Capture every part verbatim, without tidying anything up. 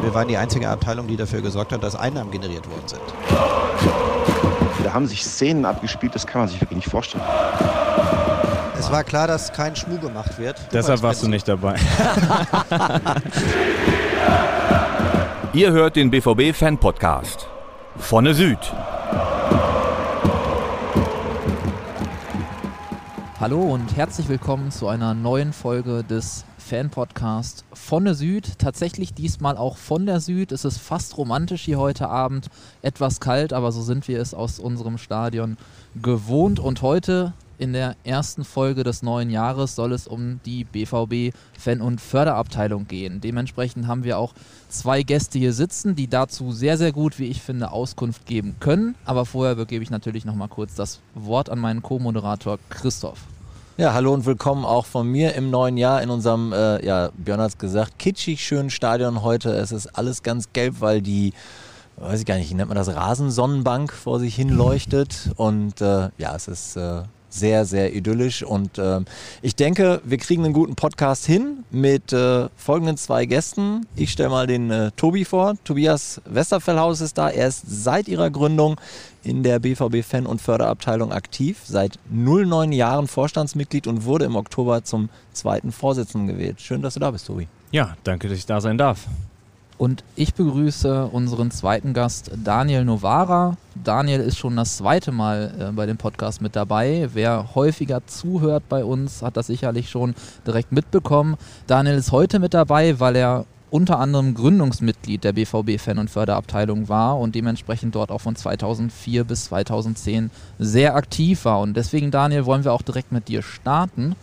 wir waren die einzige Abteilung, die dafür gesorgt hat, dass Einnahmen generiert worden sind. Da haben sich Szenen abgespielt, das kann man sich wirklich nicht vorstellen. Es war klar, dass kein Schmuh gemacht wird. Deshalb warst du nicht dabei. Ihr hört den B V B-Fan-Podcast. Vonne Süd. Hallo und herzlich willkommen zu einer neuen Folge des Fan-Podcast Vonne Süd. Tatsächlich diesmal auch von der Süd. Es ist fast romantisch hier heute Abend. Etwas kalt, aber so sind wir es aus unserem Stadion gewohnt. Und heute in der ersten Folge des neuen Jahres soll es um die B V B-Fan- und Förderabteilung gehen. Dementsprechend haben wir auch zwei Gäste hier sitzen, die dazu sehr, sehr gut, wie ich finde, Auskunft geben können. Aber vorher übergebe ich natürlich noch mal kurz das Wort an meinen Co-Moderator Christoph. Ja, hallo und willkommen auch von mir im neuen Jahr in unserem, äh, ja, Björn hat es gesagt, kitschig schönen Stadion heute. Es ist alles ganz gelb, weil die, weiß ich gar nicht, nennt man das Rasensonnenbank vor sich hin leuchtet. Und äh, ja, es ist äh, sehr, sehr idyllisch. Und äh, ich denke, wir kriegen einen guten Podcast hin mit äh, folgenden zwei Gästen. Ich stelle mal den äh, Tobi vor. Tobias Westerfellhaus ist da. Er ist seit ihrer Gründung in der B V B-Fan- und Förderabteilung aktiv, seit neun Jahren Vorstandsmitglied und wurde im Oktober zum zweiten Vorsitzenden gewählt. Schön, dass du da bist, Tobi. Ja, danke, dass ich da sein darf. Und ich begrüße unseren zweiten Gast, Daniel Novara. Daniel ist schon das zweite Mal äh, bei dem Podcast mit dabei. Wer häufiger zuhört bei uns, hat das sicherlich schon direkt mitbekommen. Daniel ist heute mit dabei, weil er unter anderem Gründungsmitglied der B V B-Fan- und Förderabteilung war und dementsprechend dort auch von zweitausendvier bis zweitausendzehn sehr aktiv war. Und deswegen, Daniel, wollen wir auch direkt mit dir starten.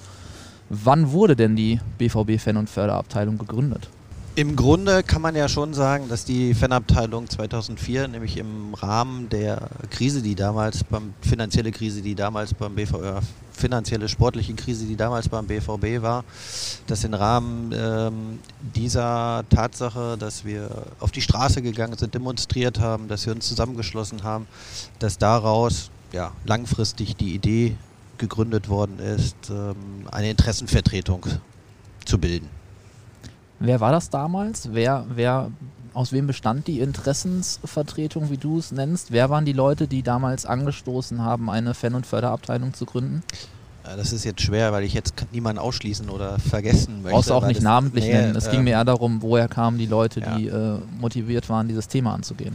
Wann wurde denn die B V B-Fan- und Förderabteilung gegründet? Im Grunde kann man ja schon sagen, dass die Fanabteilung zweitausendvier, nämlich im Rahmen der Krise, die damals beim finanzielle Krise, die damals beim B V B, finanzielle sportliche Krise, die damals beim B V B war, dass im Rahmen ähm, dieser Tatsache, dass wir auf die Straße gegangen sind, demonstriert haben, dass wir uns zusammengeschlossen haben, dass daraus ja, langfristig die Idee gegründet worden ist, ähm, eine Interessenvertretung zu bilden. Wer war das damals? Wer, wer, aus wem bestand die Interessensvertretung, wie du es nennst? Wer waren die Leute, die damals angestoßen haben, eine Fan- und Förderabteilung zu gründen? Das ist jetzt schwer, weil ich jetzt niemanden ausschließen oder vergessen möchte. Brauchst du auch nicht das, namentlich nee, nennen. Es äh, ging mir eher darum, woher kamen die Leute, ja. die äh, motiviert waren, dieses Thema anzugehen.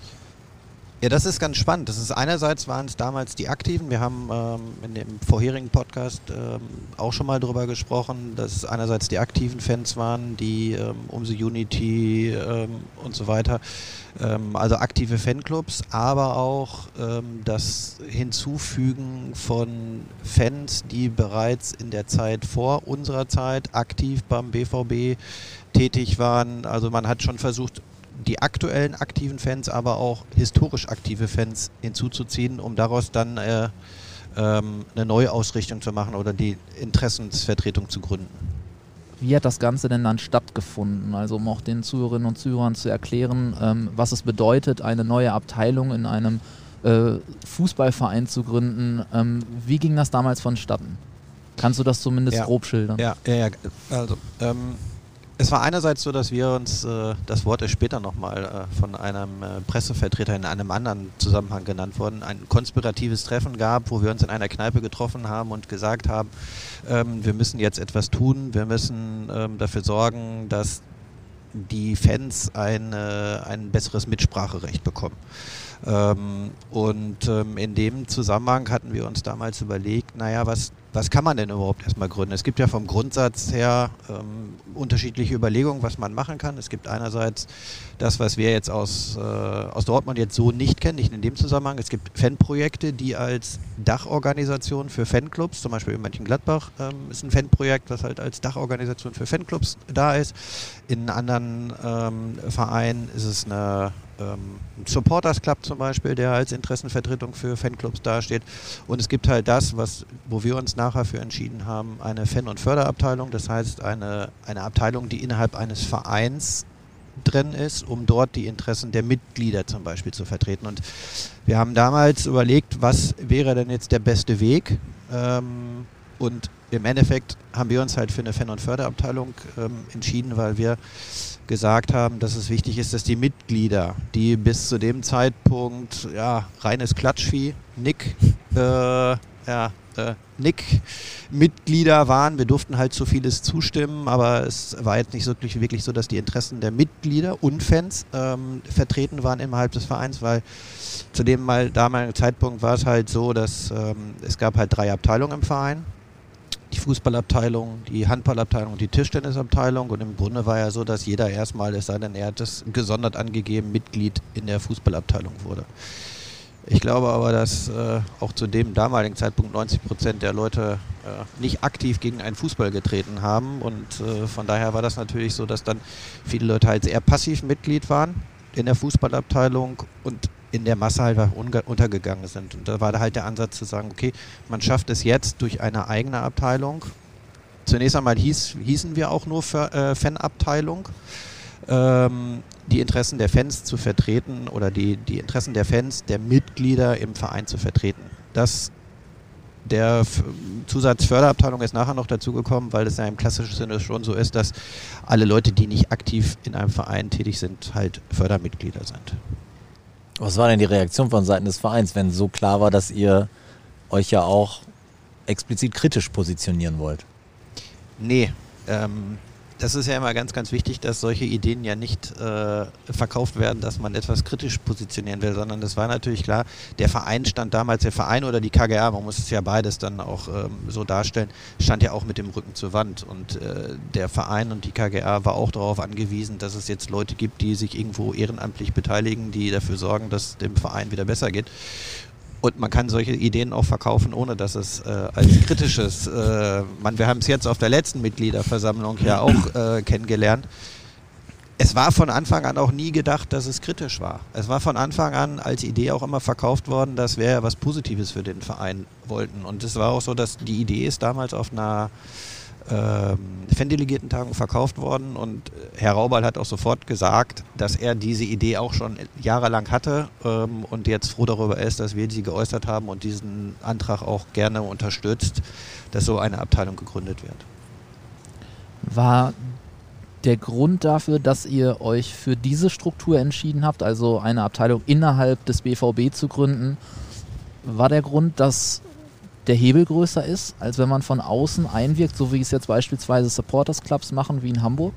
Ja, das ist ganz spannend. Das ist einerseits waren es damals die Aktiven. Wir haben ähm, in dem vorherigen Podcast ähm, auch schon mal drüber gesprochen, dass es einerseits die aktiven Fans waren, die ähm, Umse Unity ähm, und so weiter, ähm, also aktive Fanclubs, aber auch ähm, das Hinzufügen von Fans, die bereits in der Zeit vor unserer Zeit aktiv beim B V B tätig waren. Also man hat schon versucht, die aktuellen aktiven Fans, aber auch historisch aktive Fans hinzuzuziehen, um daraus dann äh, ähm, eine Neuausrichtung zu machen oder die Interessensvertretung zu gründen. Wie hat das Ganze denn dann stattgefunden? Also um auch den Zuhörerinnen und Zuhörern zu erklären, ähm, was es bedeutet, eine neue Abteilung in einem äh, Fußballverein zu gründen. Ähm, wie ging das damals vonstatten? Kannst du das zumindest ja. grob schildern? Ja, ja, ja. Also ähm, es war einerseits so, dass wir uns, äh, das Wort ist später nochmal äh, von einem äh, Pressevertreter in einem anderen Zusammenhang genannt worden, ein konspiratives Treffen gab, wo wir uns in einer Kneipe getroffen haben und gesagt haben, ähm, wir müssen jetzt etwas tun, wir müssen ähm, dafür sorgen, dass die Fans ein, äh, ein besseres Mitspracherecht bekommen. Ähm, und ähm, in dem Zusammenhang hatten wir uns damals überlegt, naja, was, was kann man denn überhaupt erstmal gründen? Es gibt ja vom Grundsatz her ähm, unterschiedliche Überlegungen, was man machen kann. Es gibt einerseits das, was wir jetzt aus, äh, aus Dortmund jetzt so nicht kennen, nicht in dem Zusammenhang. Es gibt Fanprojekte, die als Dachorganisation für Fanclubs, zum Beispiel in Mönchengladbach ähm, ist ein Fanprojekt, was halt als Dachorganisation für Fanclubs da ist. In anderen ähm, Vereinen ist es eine ähm, Supporters Club zum Beispiel, der als Interessenvertretung für Fanclubs dasteht. Und es gibt halt das, was, wo wir uns nachher für entschieden haben, eine Fan- und Förderabteilung. Das heißt eine, eine Abteilung, die innerhalb eines Vereins drin ist, um dort die Interessen der Mitglieder zum Beispiel zu vertreten. Und wir haben damals überlegt, was wäre denn jetzt der beste Weg? Ähm, und im Endeffekt haben wir uns halt für eine Fan- und Förderabteilung ähm, entschieden, weil wir gesagt haben, dass es wichtig ist, dass die Mitglieder, die bis zu dem Zeitpunkt ja, reines Klatschvieh, Nick, äh, ja, äh, Nick-Mitglieder waren. Wir durften halt zu vieles zustimmen, aber es war jetzt nicht wirklich, wirklich so, dass die Interessen der Mitglieder und Fans ähm, vertreten waren innerhalb des Vereins, weil zu dem mal damaligen Zeitpunkt war es halt so, dass ähm, es gab halt drei Abteilungen im Verein. Die Fußballabteilung, die Handballabteilung und die Tischtennisabteilung. Und im Grunde war ja so, dass jeder erstmal, es sei denn, er hat das gesondert angegeben, Mitglied in der Fußballabteilung wurde. Ich glaube aber, dass äh, auch zu dem damaligen Zeitpunkt neunzig Prozent der Leute äh, nicht aktiv gegen einen Fußball getreten haben. Und äh, von daher war das natürlich so, dass dann viele Leute halt eher passiv Mitglied waren in der Fußballabteilung und in der Masse halt untergegangen sind. Und da war halt der Ansatz zu sagen, okay, man schafft es jetzt durch eine eigene Abteilung. Zunächst einmal hieß, hießen wir auch nur für, äh, Fanabteilung, ähm, die Interessen der Fans zu vertreten oder die, die Interessen der Fans, der Mitglieder im Verein zu vertreten. Das, der F- Zusatz Förderabteilung ist nachher noch dazugekommen, weil es ja im klassischen Sinne schon so ist, dass alle Leute, die nicht aktiv in einem Verein tätig sind, halt Fördermitglieder sind. Was war denn die Reaktion von Seiten des Vereins, wenn so klar war, dass ihr euch ja auch explizit kritisch positionieren wollt? Nee, ähm, das ist ja immer ganz, ganz wichtig, dass solche Ideen ja nicht äh, verkauft werden, dass man etwas kritisch positionieren will, sondern das war natürlich klar, der Verein stand damals, der Verein oder die K G A, man muss es ja beides dann auch ähm, so darstellen, stand ja auch mit dem Rücken zur Wand und äh, der Verein und die K G A war auch darauf angewiesen, dass es jetzt Leute gibt, die sich irgendwo ehrenamtlich beteiligen, die dafür sorgen, dass es dem Verein wieder besser geht. Und man kann solche Ideen auch verkaufen, ohne dass es äh, als kritisches, äh, man, wir haben es jetzt auf der letzten Mitgliederversammlung ja auch äh, kennengelernt. Es war von Anfang an auch nie gedacht, dass es kritisch war. Es war von Anfang an als Idee auch immer verkauft worden, dass wir ja was Positives für den Verein wollten. Und es war auch so, dass die Idee ist damals auf einer ähm, Fandelegiertentagung verkauft worden und Herr Raubal hat auch sofort gesagt, dass er diese Idee auch schon jahrelang hatte ähm, und jetzt froh darüber ist, dass wir sie geäußert haben und diesen Antrag auch gerne unterstützt, dass so eine Abteilung gegründet wird. War der Grund dafür, dass ihr euch für diese Struktur entschieden habt, also eine Abteilung innerhalb des B V B zu gründen, war der Grund, dass der Hebel größer ist, als wenn man von außen einwirkt, so wie es jetzt beispielsweise Supporters Clubs machen, wie in Hamburg?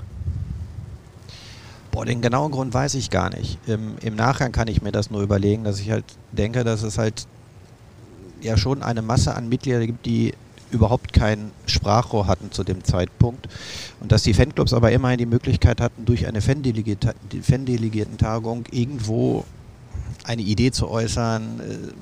Boah, den genauen Grund weiß ich gar nicht. Im, im Nachgang kann ich mir das nur überlegen, dass ich halt denke, dass es halt ja schon eine Masse an Mitgliedern gibt, die überhaupt kein Sprachrohr hatten zu dem Zeitpunkt und dass die Fanclubs aber immerhin die Möglichkeit hatten, durch eine Fandelegierten-Tagung irgendwo eine Idee zu äußern,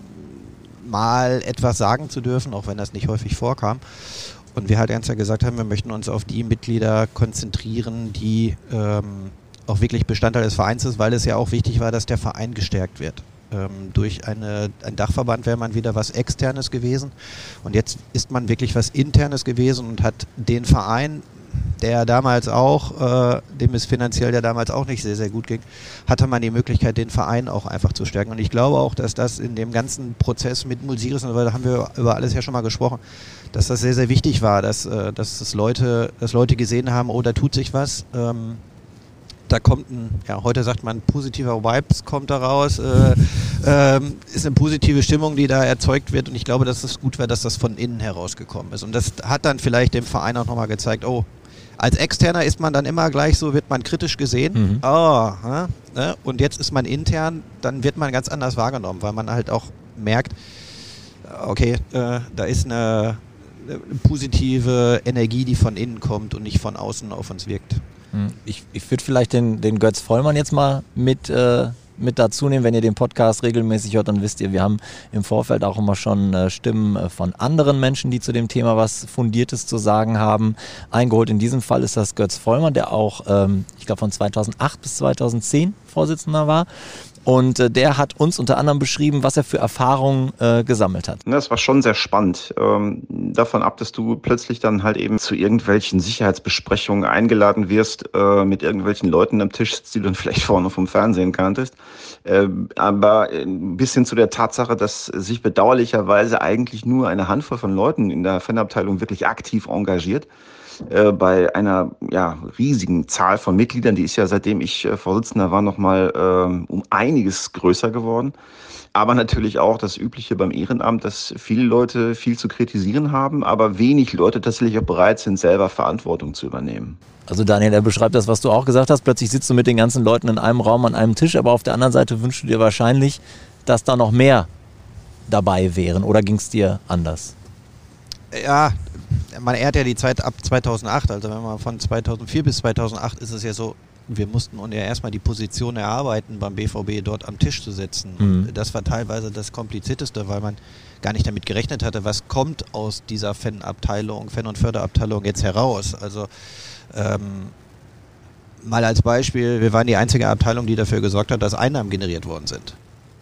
mal etwas sagen zu dürfen, auch wenn das nicht häufig vorkam. Und wir halt ganz klar gesagt haben, wir möchten uns auf die Mitglieder konzentrieren, die ähm, auch wirklich Bestandteil des Vereins sind, weil es ja auch wichtig war, dass der Verein gestärkt wird. Ähm, durch eine, ein Dachverband wäre man wieder was Externes gewesen und jetzt ist man wirklich was Internes gewesen und hat den Verein, der damals auch, äh, dem es finanziell ja damals auch nicht sehr, sehr gut ging, hatte man die Möglichkeit, den Verein auch einfach zu stärken. Und ich glaube auch, dass das in dem ganzen Prozess mit Mulsiris, und da haben wir über alles ja schon mal gesprochen, dass das sehr, sehr wichtig war, dass, äh, dass, das Leute, dass Leute gesehen haben, oh, da tut sich was. Ähm, da kommt ein, ja, heute sagt man, positiver Vibes kommt da raus, äh, ähm, ist eine positive Stimmung, die da erzeugt wird und ich glaube, dass es gut wäre, dass das von innen herausgekommen ist. Und das hat dann vielleicht dem Verein auch nochmal gezeigt, oh, als Externer ist man dann immer gleich so, wird man kritisch gesehen. Mhm. Oh, ne? Und jetzt ist man intern, dann wird man ganz anders wahrgenommen, weil man halt auch merkt, okay, äh, da ist eine, eine positive Energie, die von innen kommt und nicht von außen auf uns wirkt. Ich, ich würde vielleicht den, den Götz Vollmann jetzt mal mit, äh, mit dazu nehmen. Wenn ihr den Podcast regelmäßig hört, dann wisst ihr, wir haben im Vorfeld auch immer schon äh, Stimmen äh, von anderen Menschen, die zu dem Thema was Fundiertes zu sagen haben, eingeholt. In diesem Fall ist das Götz Vollmann, der auch, ähm, ich glaube, von zweitausendacht bis zweitausendzehn Vorsitzender war. Und äh, der hat uns unter anderem beschrieben, was er für Erfahrungen äh, gesammelt hat. Das war schon sehr spannend. Ähm, davon ab, dass du plötzlich dann halt eben zu irgendwelchen Sicherheitsbesprechungen eingeladen wirst, äh, mit irgendwelchen Leuten am Tisch sitzt, die du dann vielleicht vorne vom Fernsehen kanntest. Äh, aber ein bisschen zu der Tatsache, dass sich bedauerlicherweise eigentlich nur eine Handvoll von Leuten in der Fanabteilung wirklich aktiv engagiert. Äh, bei einer ja, riesigen Zahl von Mitgliedern, die ist ja seitdem ich äh, Vorsitzender war, nochmal äh, um einiges größer geworden. Aber natürlich auch das Übliche beim Ehrenamt, dass viele Leute viel zu kritisieren haben, aber wenig Leute tatsächlich auch bereit sind, selber Verantwortung zu übernehmen. Also Daniel, er beschreibt das, was du auch gesagt hast. Plötzlich sitzt du mit den ganzen Leuten in einem Raum an einem Tisch, aber auf der anderen Seite wünschst du dir wahrscheinlich, dass da noch mehr dabei wären. Oder ging es dir anders? Ja, man ehrt ja die Zeit ab zweitausendacht, also wenn man von zweitausendvier bis zweitausendacht ist es ja so, wir mussten uns ja erstmal die Position erarbeiten, beim B V B dort am Tisch zu sitzen. Mhm. Und das war teilweise das Komplizierteste, weil man gar nicht damit gerechnet hatte, was kommt aus dieser Fanabteilung, Fan- und Förderabteilung jetzt heraus. Also ähm, mal als Beispiel, wir waren die einzige Abteilung, die dafür gesorgt hat, dass Einnahmen generiert worden sind.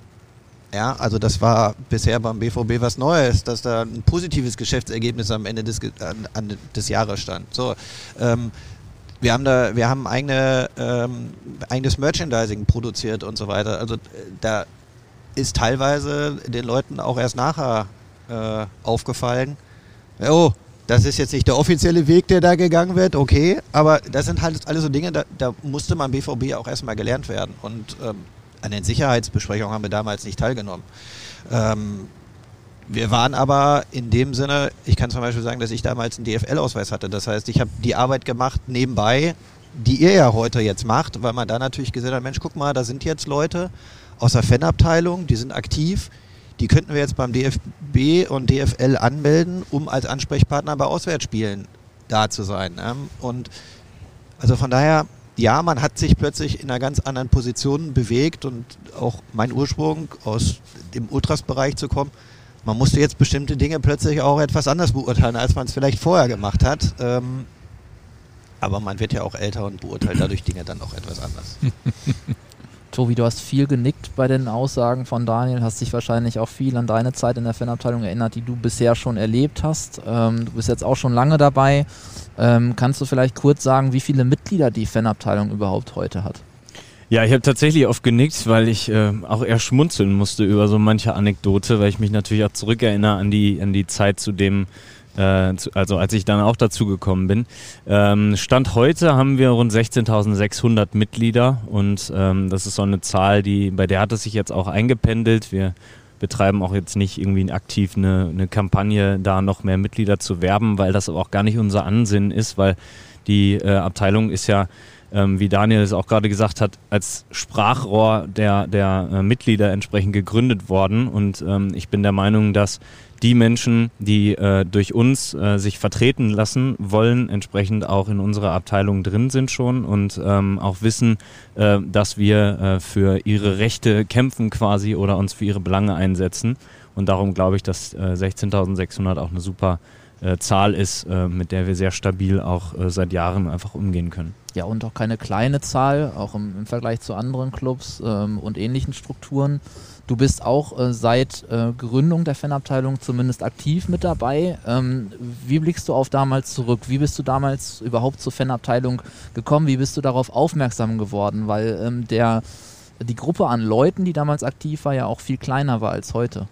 Ja, also das war bisher beim B V B was Neues, dass da ein positives Geschäftsergebnis am Ende des, an, an, des Jahres stand. So, ähm, wir haben da, wir haben eigene, ähm, eigenes Merchandising produziert und so weiter. Also da ist teilweise den Leuten auch erst nachher äh, aufgefallen, oh, das ist jetzt nicht der offizielle Weg, der da gegangen wird, okay, aber das sind halt alles so Dinge, da, da musste man B V B auch erstmal gelernt werden. Und ähm, an den Sicherheitsbesprechungen haben wir damals nicht teilgenommen. Ähm, wir waren aber in dem Sinne, ich kann zum Beispiel sagen, dass ich damals einen D F L-Ausweis hatte. Das heißt, ich habe die Arbeit gemacht nebenbei, die ihr ja heute jetzt macht, weil man da natürlich gesehen hat, Mensch, guck mal, da sind jetzt Leute aus der Fanabteilung, die sind aktiv, die könnten wir jetzt beim D F B und D F L anmelden, um als Ansprechpartner bei Auswärtsspielen da zu sein. Und also von daher, ja, man hat sich plötzlich in einer ganz anderen Position bewegt und auch mein Ursprung aus dem Ultras-Bereich zu kommen, man musste jetzt bestimmte Dinge plötzlich auch etwas anders beurteilen, als man es vielleicht vorher gemacht hat. Ähm, aber man wird ja auch älter und beurteilt dadurch Dinge dann auch etwas anders. Tobi, du hast viel genickt bei den Aussagen von Daniel, hast dich wahrscheinlich auch viel an deine Zeit in der Fanabteilung erinnert, die du bisher schon erlebt hast. Ähm, du bist jetzt auch schon lange dabei. Ähm, kannst du vielleicht kurz sagen, wie viele Mitglieder die Fanabteilung überhaupt heute hat? Ja, ich habe tatsächlich oft genickt, weil ich äh, auch eher schmunzeln musste über so manche Anekdote, weil ich mich natürlich auch zurückerinnere an die, an die Zeit, zu dem Äh, zu, also als ich dann auch dazu gekommen bin. Ähm, Stand heute haben wir rund sechzehntausendsechshundert Mitglieder und ähm, das ist so eine Zahl, die, bei der hat es sich jetzt auch eingependelt. Wir betreiben auch jetzt nicht irgendwie aktiv eine, eine Kampagne, da noch mehr Mitglieder zu werben, weil das aber auch gar nicht unser Ansinnen ist, weil die äh, Abteilung ist ja, ähm, wie Daniel es auch gerade gesagt hat, als Sprachrohr der, der äh, Mitglieder entsprechend gegründet worden und ähm, ich bin der Meinung, dass die Menschen, die äh, durch uns äh, sich vertreten lassen wollen, entsprechend auch in unserer Abteilung drin sind schon und ähm, auch wissen, äh, dass wir äh, für ihre Rechte kämpfen quasi oder uns für ihre Belange einsetzen. Und darum glaube ich, dass äh, sechzehntausendsechshundert auch eine super äh, Zahl ist, äh, mit der wir sehr stabil auch äh, seit Jahren einfach umgehen können. Ja, und auch keine kleine Zahl, auch im, im Vergleich zu anderen Clubs ähm, und ähnlichen Strukturen. Du bist auch äh, seit äh, Gründung der Fanabteilung zumindest aktiv mit dabei. Ähm, wie blickst du auf damals zurück? Wie bist du damals überhaupt zur Fanabteilung gekommen? Wie bist du darauf aufmerksam geworden? Weil ähm, der, die Gruppe an Leuten, die damals aktiv war, ja auch viel kleiner war als heute.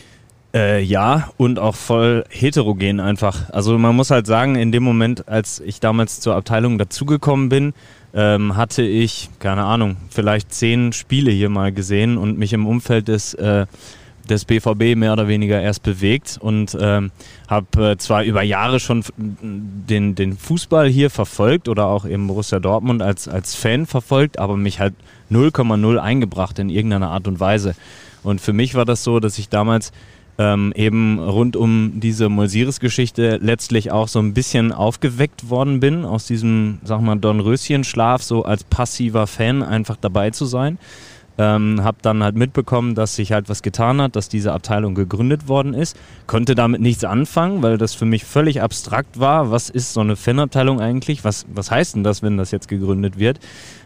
Äh, ja, und auch voll heterogen einfach. Also man muss halt sagen, in dem Moment, als ich damals zur Abteilung dazugekommen bin, ähm, hatte ich, keine Ahnung, vielleicht zehn Spiele hier mal gesehen und mich im Umfeld des, äh, des B V B mehr oder weniger erst bewegt und ähm, habe äh, zwar über Jahre schon den, den Fußball hier verfolgt oder auch eben Borussia Dortmund als, als Fan verfolgt, aber mich halt null Komma null eingebracht in irgendeiner Art und Weise. Und für mich war das so, dass ich damals Ähm, eben rund um diese Molsiris-Geschichte letztlich auch so ein bisschen aufgeweckt worden bin, aus diesem, sag mal, Dornröschen-Schlaf, so als passiver Fan einfach dabei zu sein. Ähm, hab dann halt mitbekommen, dass sich halt was getan hat, dass diese Abteilung gegründet worden ist. Konnte damit nichts anfangen, weil das für mich völlig abstrakt war. Was ist so eine Fanabteilung eigentlich? Was, was heißt denn das, wenn das jetzt gegründet wird?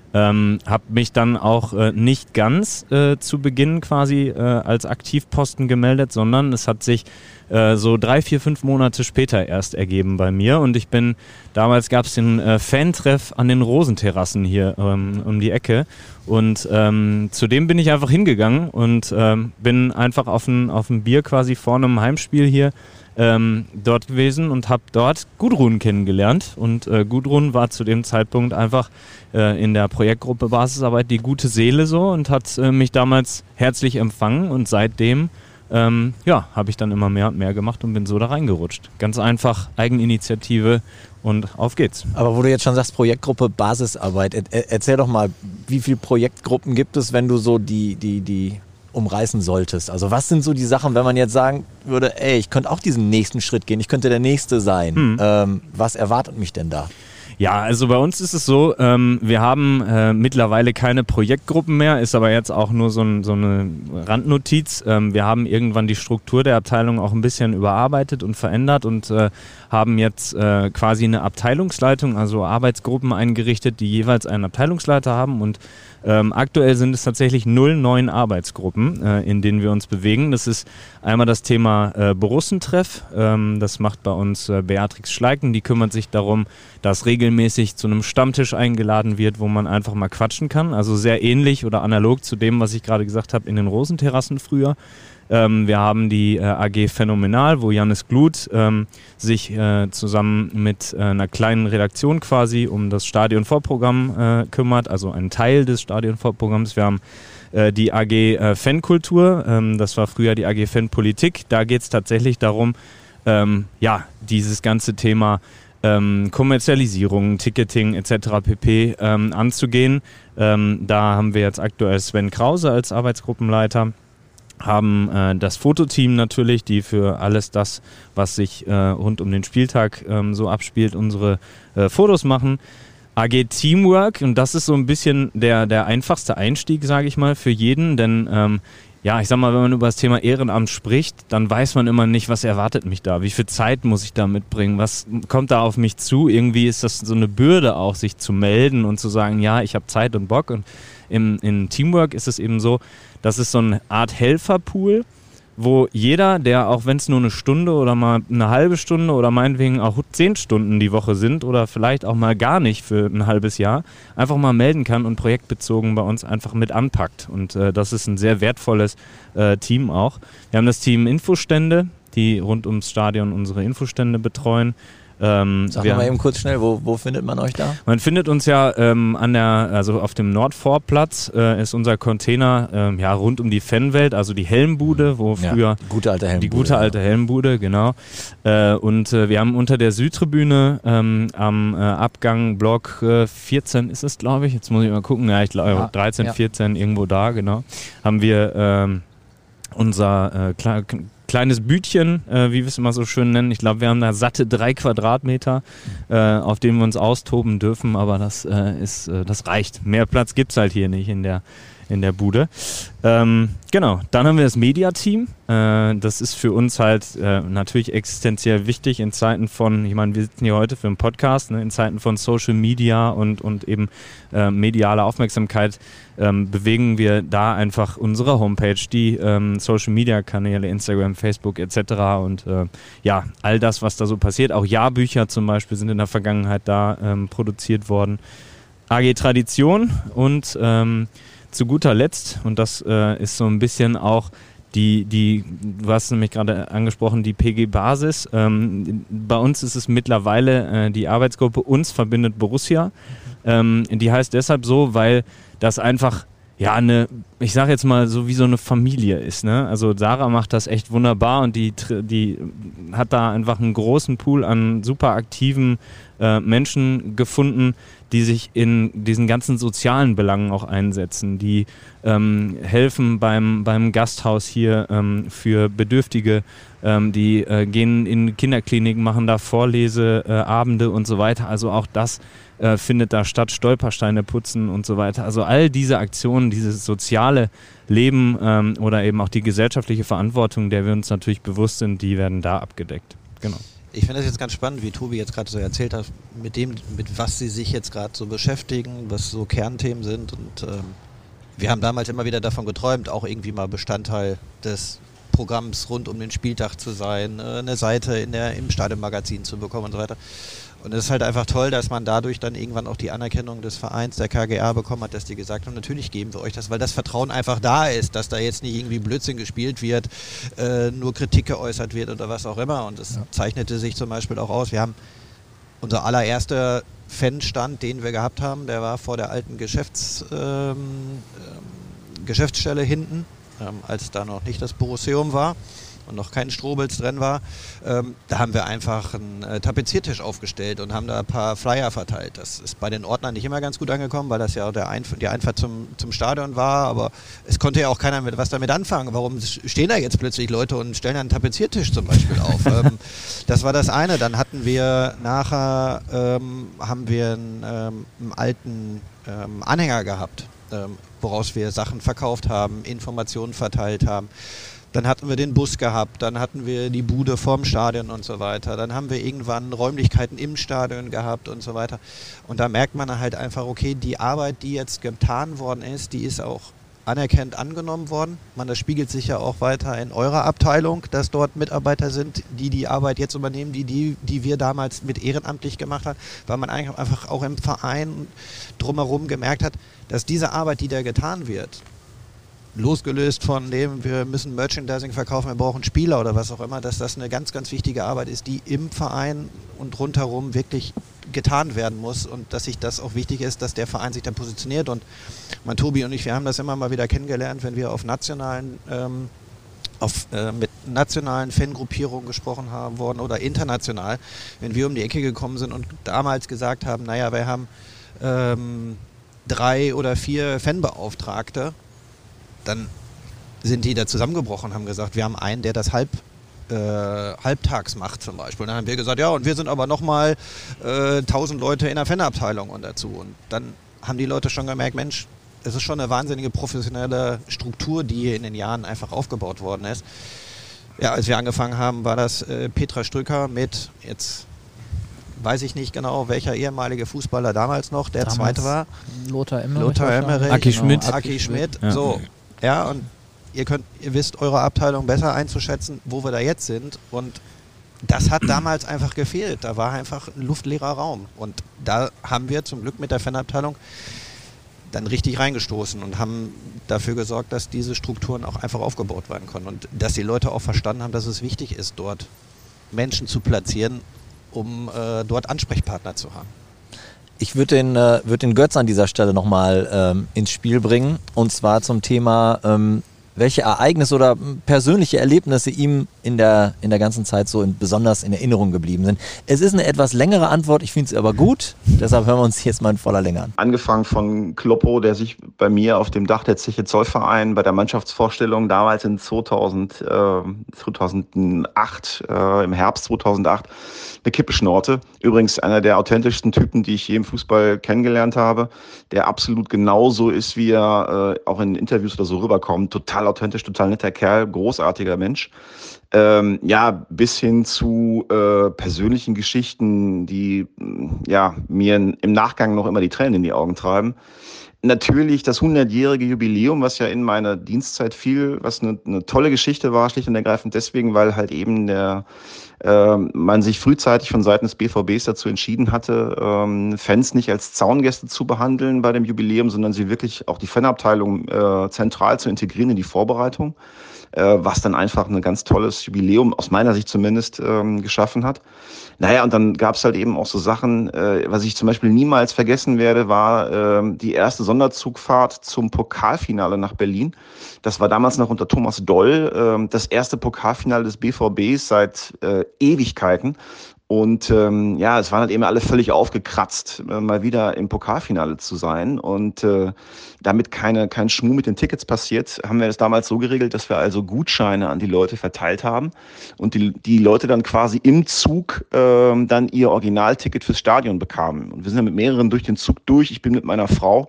Ähm, habe mich dann auch äh, nicht ganz äh, zu Beginn quasi äh, als Aktivposten gemeldet, sondern es hat sich äh, so drei, vier, fünf Monate später erst ergeben bei mir und ich bin, damals gab es den äh, Fantreff an den Rosenterrassen hier ähm, um die Ecke und ähm, zu dem bin ich einfach hingegangen und ähm, bin einfach auf ein, auf ein Bier quasi vor einem Heimspiel hier Ähm, dort gewesen und habe dort Gudrun kennengelernt und äh, Gudrun war zu dem Zeitpunkt einfach äh, in der Projektgruppe Basisarbeit die gute Seele so und hat äh, mich damals herzlich empfangen und seitdem ähm, ja, habe ich dann immer mehr und mehr gemacht und bin so da reingerutscht. Ganz einfach, Eigeninitiative und auf geht's. Aber wo du jetzt schon sagst, Projektgruppe Basisarbeit, er, erzähl doch mal, wie viele Projektgruppen gibt es, wenn du so die, die, die umreißen solltest? Also was sind so die Sachen, wenn man jetzt sagen würde, ey, ich könnte auch diesen nächsten Schritt gehen, ich könnte der Nächste sein. Hm. Ähm, was erwartet mich denn da? Ja, also bei uns ist es so, ähm, wir haben äh, mittlerweile keine Projektgruppen mehr, ist aber jetzt auch nur so, ein, so eine Randnotiz. Ähm, wir haben irgendwann die Struktur der Abteilung auch ein bisschen überarbeitet und verändert und äh, haben jetzt äh, quasi eine Abteilungsleitung, also Arbeitsgruppen eingerichtet, die jeweils einen Abteilungsleiter haben und Ähm, aktuell sind es tatsächlich null neun Arbeitsgruppen, äh, in denen wir uns bewegen. Das ist einmal das Thema äh, Borussentreff. Ähm, das macht bei uns äh, Beatrix Schleiken. Die kümmert sich darum, dass regelmäßig zu einem Stammtisch eingeladen wird, wo man einfach mal quatschen kann. Also sehr ähnlich oder analog zu dem, was ich gerade gesagt habe in den Rosenterrassen früher. Ähm, wir haben die äh, A G Phänomenal, wo Jannis Glut ähm, sich äh, zusammen mit äh, einer kleinen Redaktion quasi um das Stadionvorprogramm äh, kümmert, also ein Teil des Stadionvorprogramms. Wir haben äh, die A G äh, Fankultur, ähm, das war früher die A G Fanpolitik. Da geht es tatsächlich darum, ähm, ja, dieses ganze Thema ähm, Kommerzialisierung, Ticketing et cetera pp. Ähm, anzugehen. Ähm, da haben wir jetzt aktuell Sven Krause als Arbeitsgruppenleiter. Haben äh, das Fototeam natürlich, die für alles das, was sich äh, rund um den Spieltag ähm, so abspielt, unsere äh, Fotos machen. A G Teamwork, und das ist so ein bisschen der, der einfachste Einstieg, sage ich mal, für jeden, denn ähm, ja, ich sag mal, wenn man über das Thema Ehrenamt spricht, dann weiß man immer nicht, was erwartet mich da, wie viel Zeit muss ich da mitbringen, was kommt da auf mich zu. Irgendwie ist das so eine Bürde auch, sich zu melden und zu sagen, ja, ich habe Zeit und Bock. Und im, im Teamwork ist es eben so, das ist so eine Art Helferpool, wo jeder, der, auch wenn es nur eine Stunde oder mal eine halbe Stunde oder meinetwegen auch zehn Stunden die Woche sind oder vielleicht auch mal gar nicht für ein halbes Jahr, einfach mal melden kann und projektbezogen bei uns einfach mit anpackt. Und äh, das ist ein sehr wertvolles äh, Team auch. Wir haben das Team Infostände, die rund ums Stadion unsere Infostände betreuen. Ähm, Sag mal eben kurz schnell, wo, wo findet man euch da? Man findet uns ja ähm, an der, also auf dem Nordvorplatz äh, ist unser Container ähm, ja, rund um die Fanwelt, also die Helmbude, wo ja, früher die gute alte Helmbude, die gute alte ja. Helmbude, genau. Äh, und äh, wir haben unter der Südtribüne ähm, am äh, Abgang Block äh, vierzehn ist es, glaube ich. Jetzt muss ich mal gucken. Ja, ich glaube ja, dreizehn, ja. vierzehn irgendwo da, genau. Haben wir ähm, unser äh, klar, kleines Bütchen, äh, wie wir es immer so schön nennen. Ich glaube, wir haben da satte drei Quadratmeter, äh, auf denen wir uns austoben dürfen, aber das äh, ist, äh, das reicht. Mehr Platz gibt es halt hier nicht in der, in der Bude. Ähm, genau, dann haben wir das Media-Team. Äh, das ist für uns halt äh, natürlich existenziell wichtig in Zeiten von, ich meine, wir sitzen hier heute für einen Podcast, ne, in Zeiten von Social Media und, und eben äh, mediale Aufmerksamkeit ähm, bewegen wir da einfach unsere Homepage, die ähm, Social Media Kanäle, Instagram, Facebook et cetera. Und äh, ja, all das, was da so passiert. Auch Jahrbücher zum Beispiel sind in der Vergangenheit da ähm, produziert worden. A G Tradition und ähm, zu guter Letzt, und das äh, ist so ein bisschen auch die, die, du hast nämlich gerade angesprochen, die P G Basis. Ähm, bei uns ist es mittlerweile äh, die Arbeitsgruppe Uns verbindet Borussia. Ähm, die heißt deshalb so, weil das einfach ja eine, ich sag jetzt mal so wie so eine Familie ist, ne? Also Sarah macht das echt wunderbar und die, die hat da einfach einen großen Pool an super aktiven äh, Menschen gefunden, die sich in diesen ganzen sozialen Belangen auch einsetzen, die ähm, helfen beim, beim Gasthaus hier ähm, für Bedürftige, ähm, die äh, gehen in Kinderkliniken, machen da Vorleseabende äh, und so weiter. Also auch das äh, findet da statt, Stolpersteine putzen und so weiter. Also all diese Aktionen, dieses soziale Leben ähm, oder eben auch die gesellschaftliche Verantwortung, der wir uns natürlich bewusst sind, die werden da abgedeckt. Genau. Ich finde das jetzt ganz spannend, wie Tobi jetzt gerade so erzählt hat, mit dem, mit was sie sich jetzt gerade so beschäftigen, was so Kernthemen sind. Und ähm, wir haben damals immer wieder davon geträumt, auch irgendwie mal Bestandteil des Programms rund um den Spieltag zu sein, äh, eine Seite in der, im Stadionmagazin zu bekommen und so weiter. Und es ist halt einfach toll, dass man dadurch dann irgendwann auch die Anerkennung des Vereins, der K G A, bekommen hat, dass die gesagt haben, natürlich geben wir euch das, weil das Vertrauen einfach da ist, dass da jetzt nicht irgendwie Blödsinn gespielt wird, äh, nur Kritik geäußert wird oder was auch immer. Und es ja. zeichnete sich zum Beispiel auch aus. Wir haben unser allererster Fanstand, den wir gehabt haben, der war vor der alten Geschäfts, ähm, ähm, Geschäftsstelle hinten, ähm, als da noch nicht das Borusseum war und noch kein Strobels drin war, ähm, da haben wir einfach einen äh, Tapeziertisch aufgestellt und haben da ein paar Flyer verteilt. Das ist bei den Ordnern nicht immer ganz gut angekommen, weil das ja der Einf- die Einfahrt zum, zum Stadion war, aber es konnte ja auch keiner mit was damit anfangen. Warum stehen da jetzt plötzlich Leute und stellen einen Tapeziertisch zum Beispiel auf? ähm, das war das eine. Dann hatten wir nachher, ähm, haben wir einen, ähm, einen alten ähm, Anhänger gehabt, ähm, woraus wir Sachen verkauft haben, Informationen verteilt haben. Dann hatten wir den Bus gehabt, dann hatten wir die Bude vorm Stadion und so weiter. Dann haben wir irgendwann Räumlichkeiten im Stadion gehabt und so weiter. Und da merkt man halt einfach, okay, die Arbeit, die jetzt getan worden ist, die ist auch anerkannt angenommen worden. Man, das spiegelt sich ja auch weiter in eurer Abteilung, dass dort Mitarbeiter sind, die die Arbeit jetzt übernehmen, die, die, die wir damals mit ehrenamtlich gemacht haben, weil man eigentlich einfach auch im Verein drumherum gemerkt hat, dass diese Arbeit, die da getan wird, losgelöst von dem, wir müssen Merchandising verkaufen, wir brauchen Spieler oder was auch immer, dass das eine ganz, ganz wichtige Arbeit ist, die im Verein und rundherum wirklich getan werden muss und dass sich das auch wichtig ist, dass der Verein sich dann positioniert. Und mein Tobi und ich, wir haben das immer mal wieder kennengelernt, wenn wir auf nationalen ähm, auf, äh, mit nationalen Fangruppierungen gesprochen haben worden oder international, wenn wir um die Ecke gekommen sind und damals gesagt haben, naja, wir haben ähm, drei oder vier Fanbeauftragte, dann sind die da zusammengebrochen und haben gesagt, wir haben einen, der das halb, äh, halbtags macht zum Beispiel. Und dann haben wir gesagt, ja, und wir sind aber nochmal äh, tausend Leute in der Fanabteilung und dazu. Und dann haben die Leute schon gemerkt, Mensch, es ist schon eine wahnsinnige professionelle Struktur, die hier in den Jahren einfach aufgebaut worden ist. Ja, als wir angefangen haben, war das äh, Petra Strücker mit, jetzt weiß ich nicht genau, welcher ehemalige Fußballer damals noch der damals zweite war. Lothar Emmerich. Lothar Emmerich. Aki Schmidt. Aki, Aki Schmidt. Ja. So. Ja, und ihr könnt, ihr wisst eure Abteilung besser einzuschätzen, wo wir da jetzt sind. Und das hat damals einfach gefehlt. Da war einfach ein luftleerer Raum. Und da haben wir zum Glück mit der Fanabteilung dann richtig reingestoßen und haben dafür gesorgt, dass diese Strukturen auch einfach aufgebaut werden können. Und dass die Leute auch verstanden haben, dass es wichtig ist, dort Menschen zu platzieren, um äh, dort Ansprechpartner zu haben. Ich würde den, äh, würd den Götz an dieser Stelle nochmal ähm, ins Spiel bringen. Und zwar zum Thema, ähm, welche Ereignisse oder persönliche Erlebnisse ihm in der, in der ganzen Zeit so in, besonders in Erinnerung geblieben sind. Es ist eine etwas längere Antwort, ich finde es aber gut. Deshalb hören wir uns jetzt mal in voller Länge an. Angefangen von Kloppo, der sich bei mir auf dem Dach der Zeche Zollverein bei der Mannschaftsvorstellung damals in zweitausend, äh, zweitausendacht, äh, im Herbst zweitausendacht, eine Kippe schnorte. Übrigens einer der authentischsten Typen, die ich je im Fußball kennengelernt habe, der absolut genauso ist, wie er äh, auch in Interviews oder so rüberkommt. Total authentisch, total netter Kerl, großartiger Mensch. Ähm, ja, bis hin zu äh, persönlichen Geschichten, die ja mir im Nachgang noch immer die Tränen in die Augen treiben. Natürlich das hundertjährige Jubiläum, was ja in meiner Dienstzeit fiel, was eine, eine tolle Geschichte war, schlicht und ergreifend deswegen, weil halt eben der äh, man sich frühzeitig von Seiten des B V Bs dazu entschieden hatte, ähm, Fans nicht als Zaungäste zu behandeln bei dem Jubiläum, sondern sie wirklich auch die Fanabteilung äh, zentral zu integrieren in die Vorbereitung, äh, was dann einfach ein ganz tolles Jubiläum, aus meiner Sicht zumindest, ähm, geschaffen hat. Naja, und dann gab es halt eben auch so Sachen, äh, was ich zum Beispiel niemals vergessen werde, war äh, die erste Sonderzugfahrt zum Pokalfinale nach Berlin. Das war damals noch unter Thomas Doll, äh, das erste Pokalfinale des B V Bs seit äh, Ewigkeiten. Und ähm, ja, es waren halt eben alle völlig aufgekratzt, äh, mal wieder im Pokalfinale zu sein. Und äh, damit keine, kein Schmuh mit den Tickets passiert, haben wir das damals so geregelt, dass wir also Gutscheine an die Leute verteilt haben und die, die Leute dann quasi im Zug äh, dann ihr Originalticket fürs Stadion bekamen. Und wir sind dann mit mehreren durch den Zug durch. Ich bin mit meiner Frau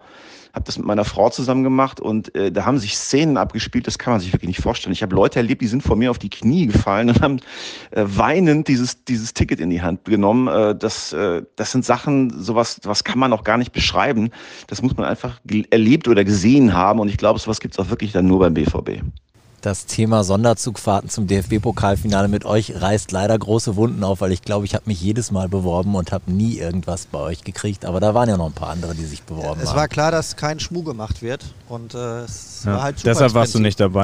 habe das mit meiner Frau zusammen gemacht und äh, da haben sich Szenen abgespielt, das kann man sich wirklich nicht vorstellen. Ich habe Leute erlebt, die sind vor mir auf die Knie gefallen und haben äh, weinend dieses, dieses Ticket in die Hand genommen. Äh, das, äh, das sind Sachen, sowas, sowas kann man auch gar nicht beschreiben. Das muss man einfach ge- erlebt oder gesehen haben und ich glaube, sowas gibt es auch wirklich dann nur beim B V B. Das Thema Sonderzugfahrten zum D F B-Pokalfinale mit euch reißt leider große Wunden auf, weil ich glaube, ich habe mich jedes Mal beworben und habe nie irgendwas bei euch gekriegt. Aber da waren ja noch ein paar andere, die sich beworben es haben. Es war klar, dass kein Schmuh gemacht wird und äh, es Ja, war halt deshalb warst du nicht dabei.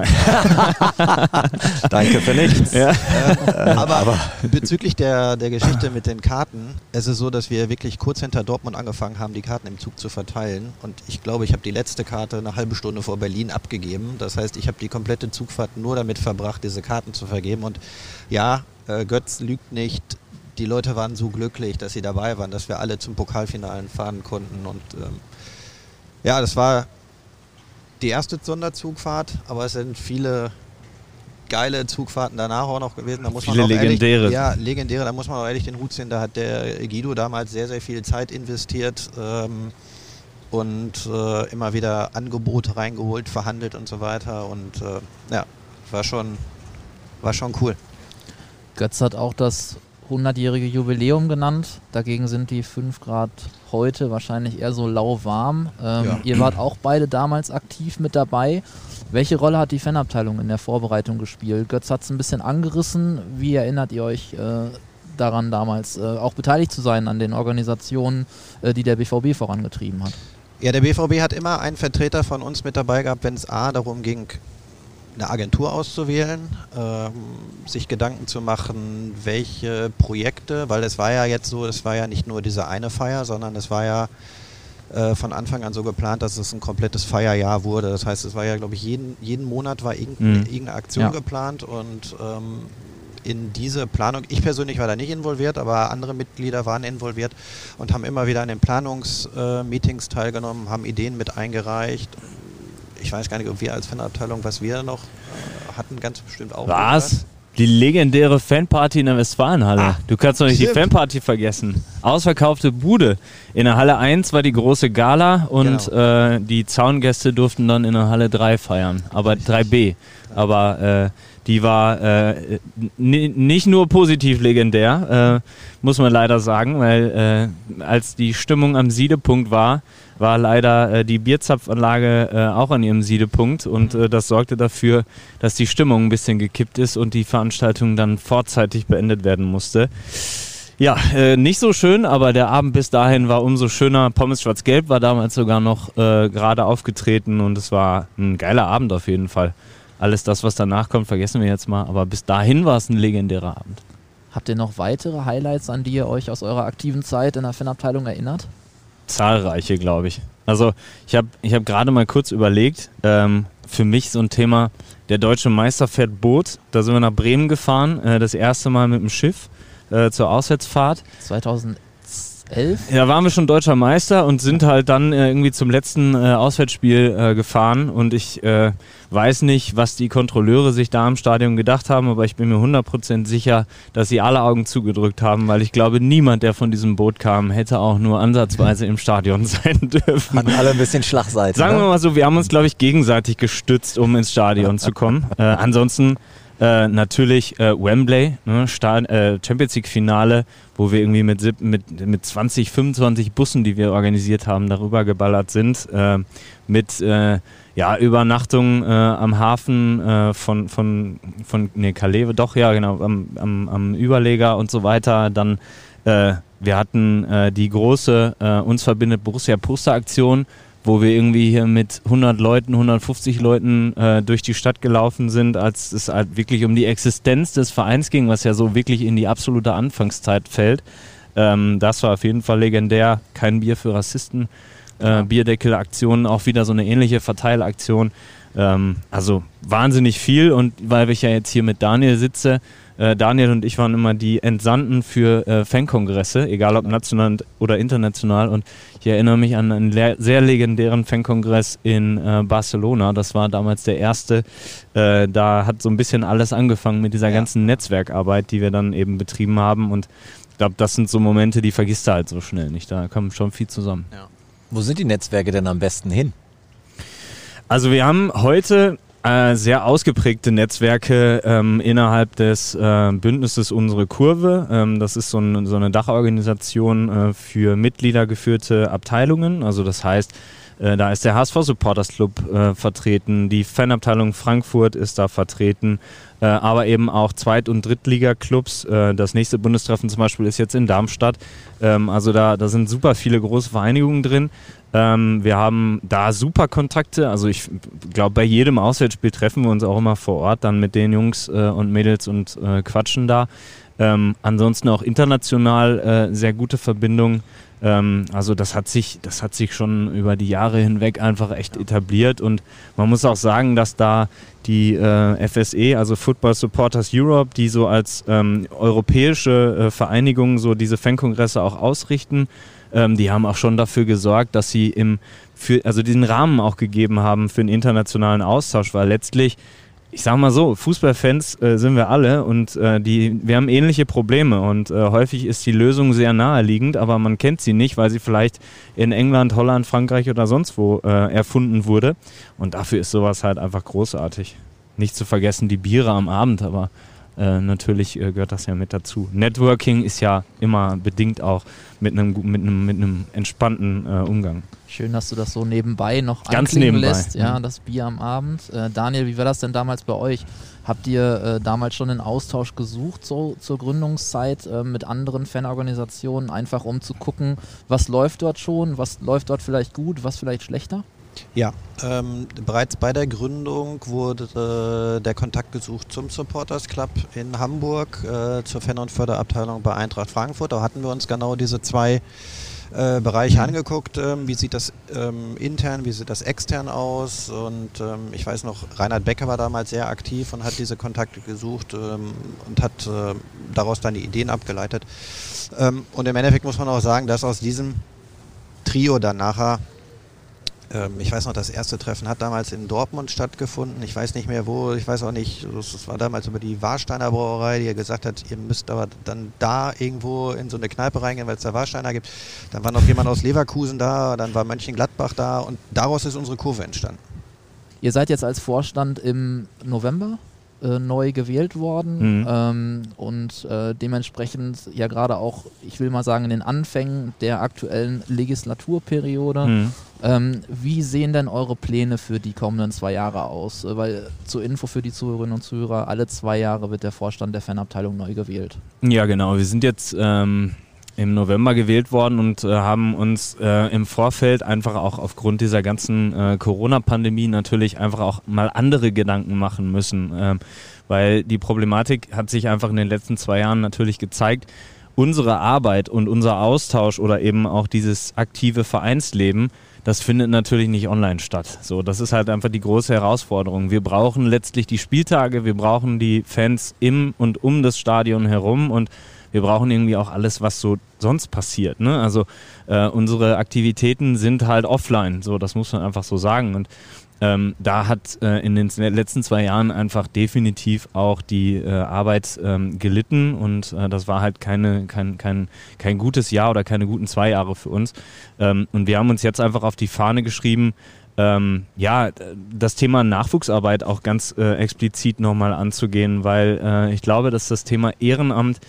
Danke für nichts. Ja. Ähm, aber, aber bezüglich der, der Geschichte mit den Karten, es ist so, dass wir wirklich kurz hinter Dortmund angefangen haben, die Karten im Zug zu verteilen. Und ich glaube, ich habe die letzte Karte eine halbe Stunde vor Berlin abgegeben. Das heißt, ich habe die komplette Zugfahrt nur damit verbracht, diese Karten zu vergeben. Und ja, äh, Götz lügt nicht. Die Leute waren so glücklich, dass sie dabei waren, dass wir alle zum Pokalfinalen fahren konnten. Und ähm, ja, das war die erste Sonderzugfahrt, aber es sind viele geile Zugfahrten danach auch noch gewesen. Da muss Viele man auch legendäre. Ehrlich, ja, legendäre, da muss man auch ehrlich den Hut ziehen. Da hat der Guido damals sehr, sehr viel Zeit investiert ähm, und äh, immer wieder Angebote reingeholt, verhandelt und so weiter. Und äh, ja, war schon, war schon cool. Götz hat auch das hundertjährige Jubiläum genannt. Dagegen sind die fünf Grad heute wahrscheinlich eher so lauwarm. Ähm, Ja. Ihr wart auch beide damals aktiv mit dabei. Welche Rolle hat die Fanabteilung in der Vorbereitung gespielt? Götz hat es ein bisschen angerissen. Wie erinnert ihr euch äh, daran, damals äh, auch beteiligt zu sein an den Organisationen, äh, die der B V B vorangetrieben hat? Ja, der B V B hat immer einen Vertreter von uns mit dabei gehabt, wenn es A darum ging, eine Agentur auszuwählen, ähm, sich Gedanken zu machen, welche Projekte, weil es war ja jetzt so, es war ja nicht nur diese eine Feier, sondern es war ja äh, von Anfang an so geplant, dass es ein komplettes Feierjahr wurde. Das heißt, es war ja, glaube ich, jeden, jeden Monat war irgendeine, Mhm. irgendeine Aktion Ja. geplant und ähm, in diese Planung, ich persönlich war da nicht involviert, aber andere Mitglieder waren involviert und haben immer wieder an den Planungsmeetings äh, teilgenommen, haben Ideen mit eingereicht. Ich weiß gar nicht, ob wir als Fanabteilung, was wir noch äh, hatten, ganz bestimmt auch. Was? Die legendäre Fanparty in der Westfalenhalle. Ah, du kannst doch nicht stimmt. die Fanparty vergessen. Ausverkaufte Bude. In der Halle eins war die große Gala und Genau. äh, die Zaungäste durften dann in der Halle drei feiern. Aber drei B. Aber äh, die war äh, n- nicht nur positiv legendär, äh, muss man leider sagen, weil äh, als die Stimmung am Siedepunkt war, war leider äh, die Bierzapfanlage äh, auch an ihrem Siedepunkt und äh, das sorgte dafür, dass die Stimmung ein bisschen gekippt ist und die Veranstaltung dann vorzeitig beendet werden musste. Ja, äh, nicht so schön, aber der Abend bis dahin war umso schöner. Pommes Schwarz-Gelb war damals sogar noch äh, gerade aufgetreten und es war ein geiler Abend auf jeden Fall. Alles das, was danach kommt, vergessen wir jetzt mal, aber bis dahin war es ein legendärer Abend. Habt ihr noch weitere Highlights, an die ihr euch aus eurer aktiven Zeit in der Fanabteilung erinnert? Zahlreiche, glaube ich. Also ich habe ich hab gerade mal kurz überlegt, ähm, für mich so ein Thema, der deutsche Meister fährt Boot. Da sind wir nach Bremen gefahren, äh, das erste Mal mit dem Schiff äh, zur Auswärtsfahrt. zweitausendelf? Da waren wir schon deutscher Meister und sind halt dann äh, irgendwie zum letzten äh, Auswärtsspiel äh, gefahren und ich äh, weiß nicht, was die Kontrolleure sich da im Stadion gedacht haben, aber ich bin mir hundert Prozent sicher, dass sie alle Augen zugedrückt haben, weil ich glaube, niemand, der von diesem Boot kam, hätte auch nur ansatzweise im Stadion sein dürfen. Hatten alle ein bisschen Schlagseite. Sagen ne? wir mal so, wir haben uns, glaube ich, gegenseitig gestützt, um ins Stadion zu kommen. Äh, ansonsten äh, natürlich äh, Wembley, ne, Sta- äh, Champions League Finale, wo wir irgendwie mit, sieb- mit, mit zwanzig, fünfundzwanzig Bussen, die wir organisiert haben, darüber geballert sind. Äh, mit äh, ja, Übernachtungen äh, am Hafen äh, von, von, von nee, Calais, doch, ja, genau, am, am, am Überleger und so weiter. Dann, äh, wir hatten äh, die große äh, uns verbindet Borussia Poster Aktion, wo wir irgendwie hier mit hundert Leuten, hundertfünfzig Leuten äh, durch die Stadt gelaufen sind, als es halt wirklich um die Existenz des Vereins ging, was ja so wirklich in die absolute Anfangszeit fällt. Ähm, das war auf jeden Fall legendär. Kein Bier für Rassisten. Äh, Bierdeckelaktionen, auch wieder so eine ähnliche Verteilaktion. Ähm, also wahnsinnig viel und weil ich ja jetzt hier mit Daniel sitze, äh, Daniel und ich waren immer die Entsandten für äh, Fankongresse, egal ob national oder international und ich erinnere mich an einen le- sehr legendären Fankongress in äh, Barcelona, das war damals der erste, äh, da hat so ein bisschen alles angefangen mit dieser Ja. ganzen Netzwerkarbeit, die wir dann eben betrieben haben und ich glaube, das sind so Momente, die vergisst du halt so schnell nicht, da kommt schon viel zusammen. Ja. Wo sind die Netzwerke denn am besten hin? Also wir haben heute äh, sehr ausgeprägte Netzwerke ähm, innerhalb des äh, Bündnisses Unsere Kurve. Ähm, das ist so, ein, so eine Dachorganisation äh, für mitgliedergeführte Abteilungen. Also das heißt, äh, da ist der H S V Supporters Club äh, vertreten, die Fanabteilung Frankfurt ist da vertreten, äh, aber eben auch Zweit- und Drittliga-Clubs. Äh, das nächste Bundestreffen zum Beispiel ist jetzt in Darmstadt. Ähm, also da, da sind super viele große Vereinigungen drin. Ähm, wir haben da super Kontakte, also ich glaube, bei jedem Auswärtsspiel treffen wir uns auch immer vor Ort dann mit den Jungs äh, und Mädels und äh, quatschen da. Ähm, ansonsten auch international äh, sehr gute Verbindungen. Ähm, also das hat sich, das hat sich schon über die Jahre hinweg einfach echt etabliert und man muss auch sagen, dass da die äh, F S E, also Football Supporters Europe, die so als ähm, europäische äh, Vereinigung so diese Fankongresse auch ausrichten, Ähm, die haben auch schon dafür gesorgt, dass sie im, für, also diesen Rahmen auch gegeben haben für einen internationalen Austausch, weil letztlich, ich sag mal so, Fußballfans äh, sind wir alle und äh, die, wir haben ähnliche Probleme und äh, häufig ist die Lösung sehr naheliegend, aber man kennt sie nicht, weil sie vielleicht in England, Holland, Frankreich oder sonst wo äh, erfunden wurde und dafür ist sowas halt einfach großartig. Nicht zu vergessen die Biere am Abend, aber Äh, natürlich äh, gehört das ja mit dazu. Networking ist ja immer bedingt auch mit einem mit einem mit einem entspannten äh, Umgang. Schön, dass du das so nebenbei noch Ganz anklingen nebenbei. lässt, ja, das Bier am Abend. Äh, Daniel, wie war das denn damals bei euch? Habt ihr äh, damals schon einen Austausch gesucht so, zur Gründungszeit äh, mit anderen Fanorganisationen, einfach um zu gucken, was läuft dort schon, was läuft dort vielleicht gut, was vielleicht schlechter? Ja, ähm, bereits bei der Gründung wurde äh, der Kontakt gesucht zum Supporters Club in Hamburg, äh, zur Fan- und Förderabteilung bei Eintracht Frankfurt. Da hatten wir uns genau diese zwei äh, Bereiche angeguckt. Ähm, wie sieht das ähm, intern, wie sieht das extern aus? Und ähm, ich weiß noch, Reinhard Becker war damals sehr aktiv und hat diese Kontakte gesucht ähm, und hat äh, daraus dann die Ideen abgeleitet. Ähm, und im Endeffekt muss man auch sagen, dass aus diesem Trio dann nachher, ich weiß noch, das erste Treffen hat damals in Dortmund stattgefunden. Ich weiß nicht mehr wo, ich weiß auch nicht, das war damals über die Warsteiner Brauerei, die ja gesagt hat, ihr müsst aber dann da irgendwo in so eine Kneipe reingehen, weil es da Warsteiner gibt. Dann war noch jemand aus Leverkusen da, dann war Mönchengladbach da und daraus ist unsere Kurve entstanden. Ihr seid jetzt als Vorstand im November äh, neu gewählt worden Mhm. ähm, und äh, dementsprechend ja gerade auch, ich will mal sagen, in den Anfängen der aktuellen Legislaturperiode. Mhm. Ähm, wie sehen denn eure Pläne für die kommenden zwei Jahre aus? Äh, Weil zur Info für die Zuhörerinnen und Zuhörer, alle zwei Jahre wird der Vorstand der Fanabteilung neu gewählt. Ja, genau. Wir sind jetzt ähm, im November gewählt worden und äh, haben uns äh, im Vorfeld einfach auch aufgrund dieser ganzen äh, Corona-Pandemie natürlich einfach auch mal andere Gedanken machen müssen, ähm, weil die Problematik hat sich einfach in den letzten zwei Jahren natürlich gezeigt. Unsere Arbeit und unser Austausch oder eben auch dieses aktive Vereinsleben, das findet natürlich nicht online statt. So, das ist halt einfach die große Herausforderung. Wir brauchen letztlich die Spieltage, wir brauchen die Fans im und um das Stadion herum und wir brauchen irgendwie auch alles, was so sonst passiert. Ne? Also äh, unsere Aktivitäten sind halt offline, so, das muss man einfach so sagen. Und ähm, da hat äh, in den letzten zwei Jahren einfach definitiv auch die äh, Arbeit ähm, gelitten und äh, das war halt keine, kein, kein, kein gutes Jahr oder keine guten zwei Jahre für uns. Ähm, und wir haben uns jetzt einfach auf die Fahne geschrieben, ähm, ja, das Thema Nachwuchsarbeit auch ganz äh, explizit nochmal anzugehen, weil äh, ich glaube, dass das Thema Ehrenamt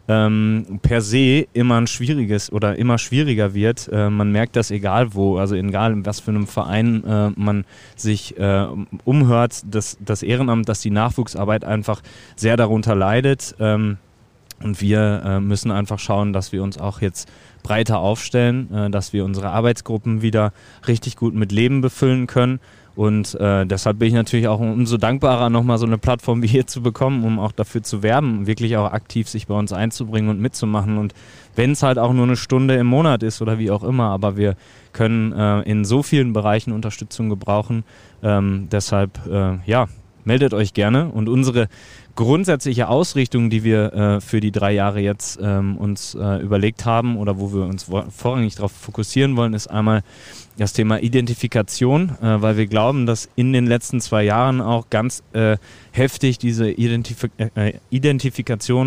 Ähm, per se immer ein schwieriges oder immer schwieriger wird. Äh, man merkt das egal wo, also egal in was für einem Verein äh, man sich äh, umhört, dass das Ehrenamt, dass die Nachwuchsarbeit einfach sehr darunter leidet. Ähm, und wir äh, müssen einfach schauen, dass wir uns auch jetzt breiter aufstellen, äh, dass wir unsere Arbeitsgruppen wieder richtig gut mit Leben befüllen können. Und äh, deshalb bin ich natürlich auch umso dankbarer, nochmal so eine Plattform wie hier zu bekommen, um auch dafür zu werben, wirklich auch aktiv sich bei uns einzubringen und mitzumachen. Und wenn es halt auch nur eine Stunde im Monat ist oder wie auch immer, aber wir können äh, in so vielen Bereichen Unterstützung gebrauchen. Ähm, deshalb, äh, ja, meldet euch gerne. Und unsere grundsätzliche Ausrichtung, die wir äh, für die drei Jahre jetzt ähm, uns äh, überlegt haben oder wo wir uns wo- vorrangig darauf fokussieren wollen, ist einmal das Thema Identifikation, äh, weil wir glauben, dass in den letzten zwei Jahren auch ganz äh, heftig diese Identif- äh, Identifikation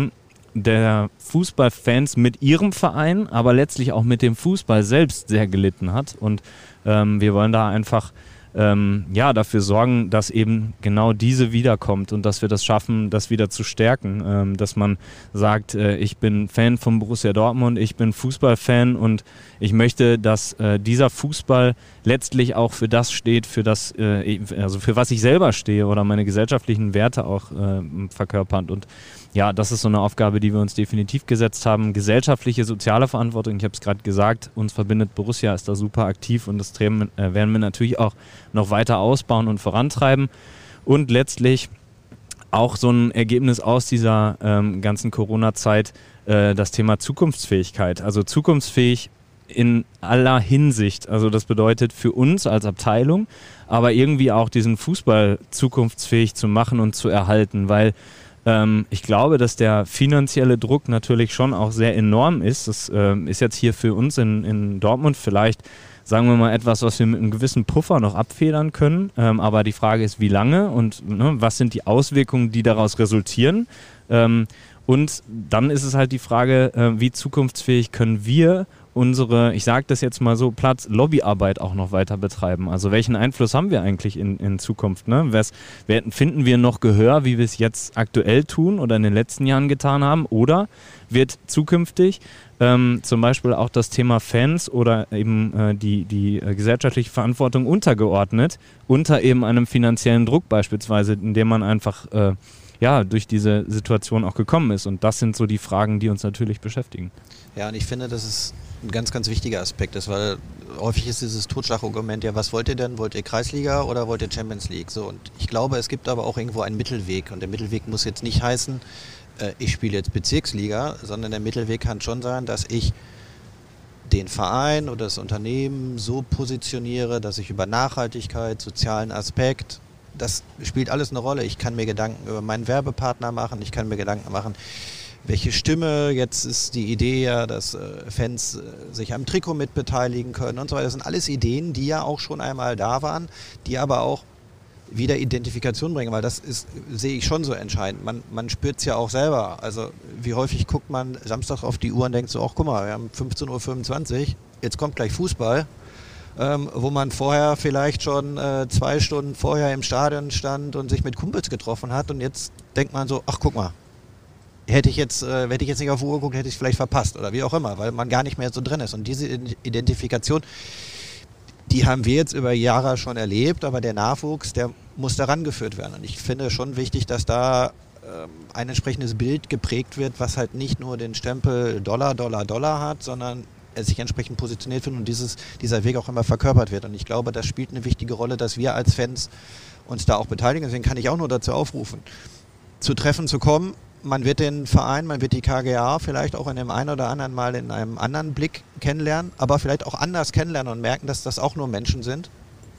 der Fußballfans mit ihrem Verein, aber letztlich auch mit dem Fußball selbst sehr gelitten hat. Und ähm, wir wollen da einfach ähm, ja, dafür sorgen, dass eben genau diese wiederkommt und dass wir das schaffen, das wieder zu stärken. Ähm, dass man sagt, äh, ich bin Fan von Borussia Dortmund, ich bin Fußballfan und ich möchte, dass äh, dieser Fußball letztlich auch für das steht, für das, äh, also für was ich selber stehe oder meine gesellschaftlichen Werte auch äh, verkörpert. Und ja, das ist so eine Aufgabe, die wir uns definitiv gesetzt haben. Gesellschaftliche, soziale Verantwortung, ich habe es gerade gesagt, uns verbindet Borussia, ist da super aktiv und das Themen, äh, werden wir natürlich auch noch weiter ausbauen und vorantreiben. Und letztlich auch so ein Ergebnis aus dieser ähm, ganzen Corona-Zeit, äh, das Thema Zukunftsfähigkeit. Also zukunftsfähig in aller Hinsicht. Also das bedeutet für uns als Abteilung, aber irgendwie auch diesen Fußball zukunftsfähig zu machen und zu erhalten, weil ähm, ich glaube, dass der finanzielle Druck natürlich schon auch sehr enorm ist. Das ähm, ist jetzt hier für uns in, in Dortmund vielleicht, sagen wir mal, etwas, was wir mit einem gewissen Puffer noch abfedern können. Ähm, aber die Frage ist, wie lange und ne, was sind die Auswirkungen, die daraus resultieren? Ähm, und dann ist es halt die Frage, äh, wie zukunftsfähig können wir unsere, ich sage das jetzt mal so, Platz Lobbyarbeit auch noch weiter betreiben. Also welchen Einfluss haben wir eigentlich in, in Zukunft? Ne? Was, finden wir noch Gehör, wie wir es jetzt aktuell tun oder in den letzten Jahren getan haben? Oder wird zukünftig ähm, zum Beispiel auch das Thema Fans oder eben äh, die, die äh, gesellschaftliche Verantwortung untergeordnet, unter eben einem finanziellen Druck beispielsweise, indem man einfach äh, ja, durch diese Situation auch gekommen ist. Und das sind so die Fragen, die uns natürlich beschäftigen. Ja, und ich finde, das ist ein ganz, ganz wichtiger Aspekt ist, weil häufig ist dieses Totschlagargument, ja, was wollt ihr denn? Wollt ihr Kreisliga oder wollt ihr Champions League? So, und ich glaube, es gibt aber auch irgendwo einen Mittelweg. Und der Mittelweg muss jetzt nicht heißen, äh, ich spiele jetzt Bezirksliga, sondern der Mittelweg kann schon sein, dass ich den Verein oder das Unternehmen so positioniere, dass ich über Nachhaltigkeit, sozialen Aspekt, das spielt alles eine Rolle. Ich kann mir Gedanken über meinen Werbepartner machen, ich kann mir Gedanken machen, welche Stimme, jetzt ist die Idee ja, dass äh, Fans äh, sich am Trikot mitbeteiligen können und so weiter. Das sind alles Ideen, die ja auch schon einmal da waren, die aber auch wieder Identifikation bringen, weil das ist, sehe ich schon so entscheidend. Man, man spürt es ja auch selber. Also wie häufig guckt man Samstag auf die Uhr und denkt so, ach guck mal, wir haben fünfzehn Uhr fünfundzwanzig, jetzt kommt gleich Fußball. Ähm, wo man vorher vielleicht schon äh, zwei Stunden vorher im Stadion stand und sich mit Kumpels getroffen hat und jetzt denkt man so, ach guck mal, hätte ich jetzt, äh, hätte ich jetzt nicht auf die Uhr geguckt, hätte ich es vielleicht verpasst oder wie auch immer, weil man gar nicht mehr so drin ist. Und diese Identifikation, die haben wir jetzt über Jahre schon erlebt, aber der Nachwuchs, der muss da rangeführt werden. Und ich finde schon wichtig, dass da ähm, ein entsprechendes Bild geprägt wird, was halt nicht nur den Stempel Dollar, Dollar, Dollar hat, sondern er sich entsprechend positioniert wird und dieses, dieser Weg auch immer verkörpert wird. Und ich glaube, das spielt eine wichtige Rolle, dass wir als Fans uns da auch beteiligen. Deswegen kann ich auch nur dazu aufrufen, zu Treffen zu kommen. Man wird den Verein, man wird die K G A vielleicht auch in dem einen oder anderen Mal in einem anderen Blick kennenlernen, aber vielleicht auch anders kennenlernen und merken, dass das auch nur Menschen sind.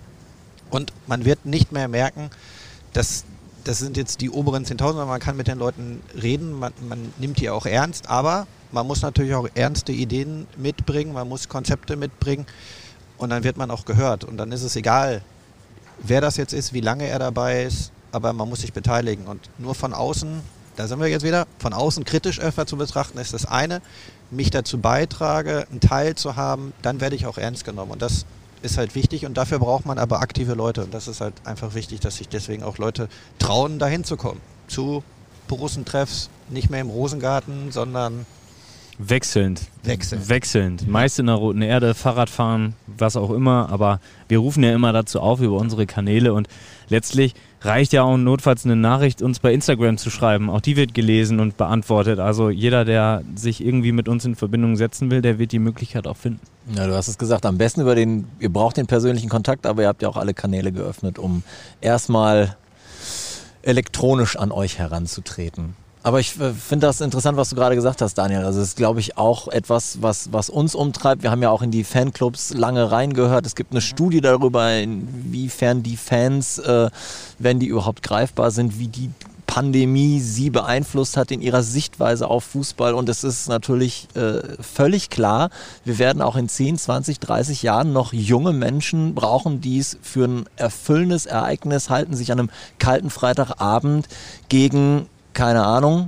Und man wird nicht mehr merken, dass das sind jetzt die oberen zehntausend, sondern man kann mit den Leuten reden, man, man nimmt die auch ernst, aber man muss natürlich auch ernste Ideen mitbringen, man muss Konzepte mitbringen und dann wird man auch gehört. Und dann ist es egal, wer das jetzt ist, wie lange er dabei ist, aber man muss sich beteiligen. Und nur von außen, da sind wir jetzt wieder, von außen kritisch öfter zu betrachten, ist das eine, mich dazu beitrage, einen Teil zu haben, dann werde ich auch ernst genommen. Und das ist halt wichtig und dafür braucht man aber aktive Leute. Und das ist halt einfach wichtig, dass sich deswegen auch Leute trauen, dahin zu kommen. Zu Borussentreffs, nicht mehr im Rosengarten, sondern Wechselnd. Wechselnd. Wechselnd. Meist in der Roten Erde, Fahrradfahren, was auch immer. Aber wir rufen ja immer dazu auf über unsere Kanäle und letztlich reicht ja auch notfalls eine Nachricht, uns bei Instagram zu schreiben. Auch die wird gelesen und beantwortet. Also jeder, der sich irgendwie mit uns in Verbindung setzen will, der wird die Möglichkeit auch finden. Ja, du hast es gesagt, am besten über den, ihr braucht den persönlichen Kontakt, aber ihr habt ja auch alle Kanäle geöffnet, um erstmal elektronisch an euch heranzutreten. Aber ich äh, finde das interessant, was du gerade gesagt hast, Daniel. Also es ist, glaube ich, auch etwas, was, was uns umtreibt. Wir haben ja auch in die Fanclubs lange reingehört. Es gibt eine Studie darüber, inwiefern die Fans, äh, wenn die überhaupt greifbar sind, wie die Pandemie sie beeinflusst hat in ihrer Sichtweise auf Fußball. Und es ist natürlich äh, völlig klar, wir werden auch in zehn, zwanzig, dreißig Jahren noch junge Menschen brauchen, die es für ein erfüllendes Ereignis halten, sich an einem kalten Freitagabend gegen, keine Ahnung,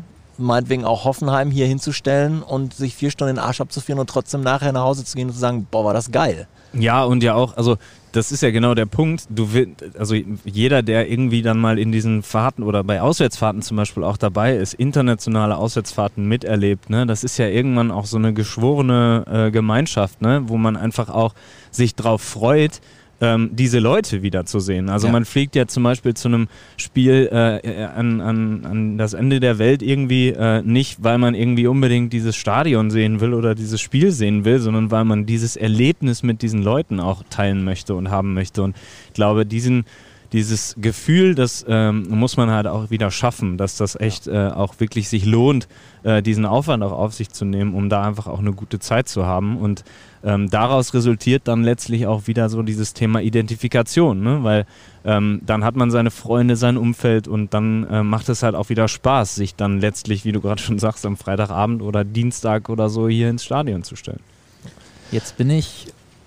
meinetwegen auch Hoffenheim hier hinzustellen und sich vier Stunden den Arsch abzufrieren und trotzdem nachher nach Hause zu gehen und zu sagen, boah, war das geil. Ja, und ja auch, also das ist ja genau der Punkt, du willst, also jeder, der irgendwie dann mal in diesen Fahrten oder bei Auswärtsfahrten zum Beispiel auch dabei ist, internationale Auswärtsfahrten miterlebt, ne, das ist ja irgendwann auch so eine geschworene äh, Gemeinschaft, ne, wo man einfach auch sich drauf freut, ähm, diese Leute wiederzusehen. Also ja. man fliegt ja zum Beispiel zu einem Spiel äh, an, an, an das Ende der Welt irgendwie äh, nicht, weil man irgendwie unbedingt dieses Stadion sehen will oder dieses Spiel sehen will, sondern weil man dieses Erlebnis mit diesen Leuten auch teilen möchte und haben möchte. Und ich glaube, diesen dieses Gefühl, das ähm, muss man halt auch wieder schaffen, dass das echt äh, auch wirklich sich lohnt, äh, diesen Aufwand auch auf sich zu nehmen, um da einfach auch eine gute Zeit zu haben. Und ähm, daraus resultiert dann letztlich auch wieder so dieses Thema Identifikation, ne? Weil ähm, dann hat man seine Freunde, sein Umfeld und dann äh, macht es halt auch wieder Spaß, sich dann letztlich, wie du gerade schon sagst, am Freitagabend oder Dienstag oder so hier ins Stadion zu stellen. Jetzt bin ich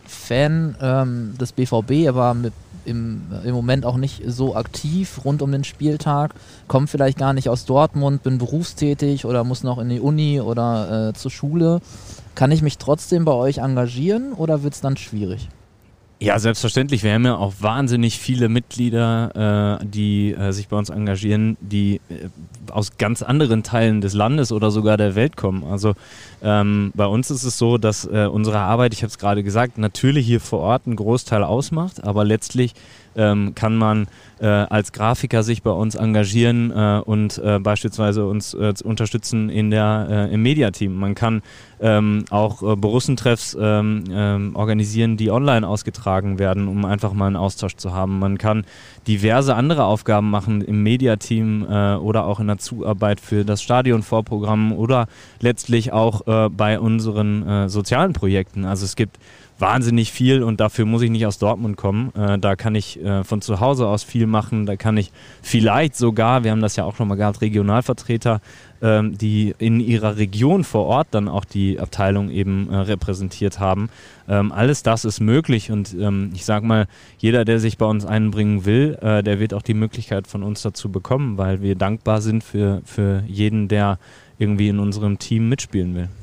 Fan ähm, des B V B, aber mit Im, im Moment auch nicht so aktiv rund um den Spieltag, komme vielleicht gar nicht aus Dortmund, bin berufstätig oder muss noch in die Uni oder äh, zur Schule. Kann ich mich trotzdem bei euch engagieren oder wird es dann schwierig? Ja, selbstverständlich. Wir haben ja auch wahnsinnig viele Mitglieder, äh, die äh, sich bei uns engagieren, die äh, aus ganz anderen Teilen des Landes oder sogar der Welt kommen. Also ähm, bei uns ist es so, dass äh, unsere Arbeit, ich habe es gerade gesagt, natürlich hier vor Ort einen Großteil ausmacht, aber letztlich ähm, kann man äh, als Grafiker sich bei uns engagieren äh, und äh, beispielsweise uns äh, unterstützen in der, äh, im Mediateam. Man kann ähm, auch äh, Borussentreffs ähm, ähm, organisieren, die online ausgetragen werden, um einfach mal einen Austausch zu haben. Man kann diverse andere Aufgaben machen im Mediateam äh, oder auch in der Zuarbeit für das Stadionvorprogramm oder letztlich auch äh, bei unseren äh, sozialen Projekten. Also es gibt wahnsinnig viel und dafür muss ich nicht aus Dortmund kommen. Äh, da kann ich äh, von zu Hause aus viel machen. Da kann ich vielleicht sogar, wir haben das ja auch schon mal gehabt, Regionalvertreter, ähm, die in ihrer Region vor Ort dann auch die Abteilung eben äh, repräsentiert haben. Ähm, alles das ist möglich und ähm, ich sag mal, jeder, der sich bei uns einbringen will, äh, der wird auch die Möglichkeit von uns dazu bekommen, weil wir dankbar sind für, für jeden, der irgendwie in unserem Team mitspielen will.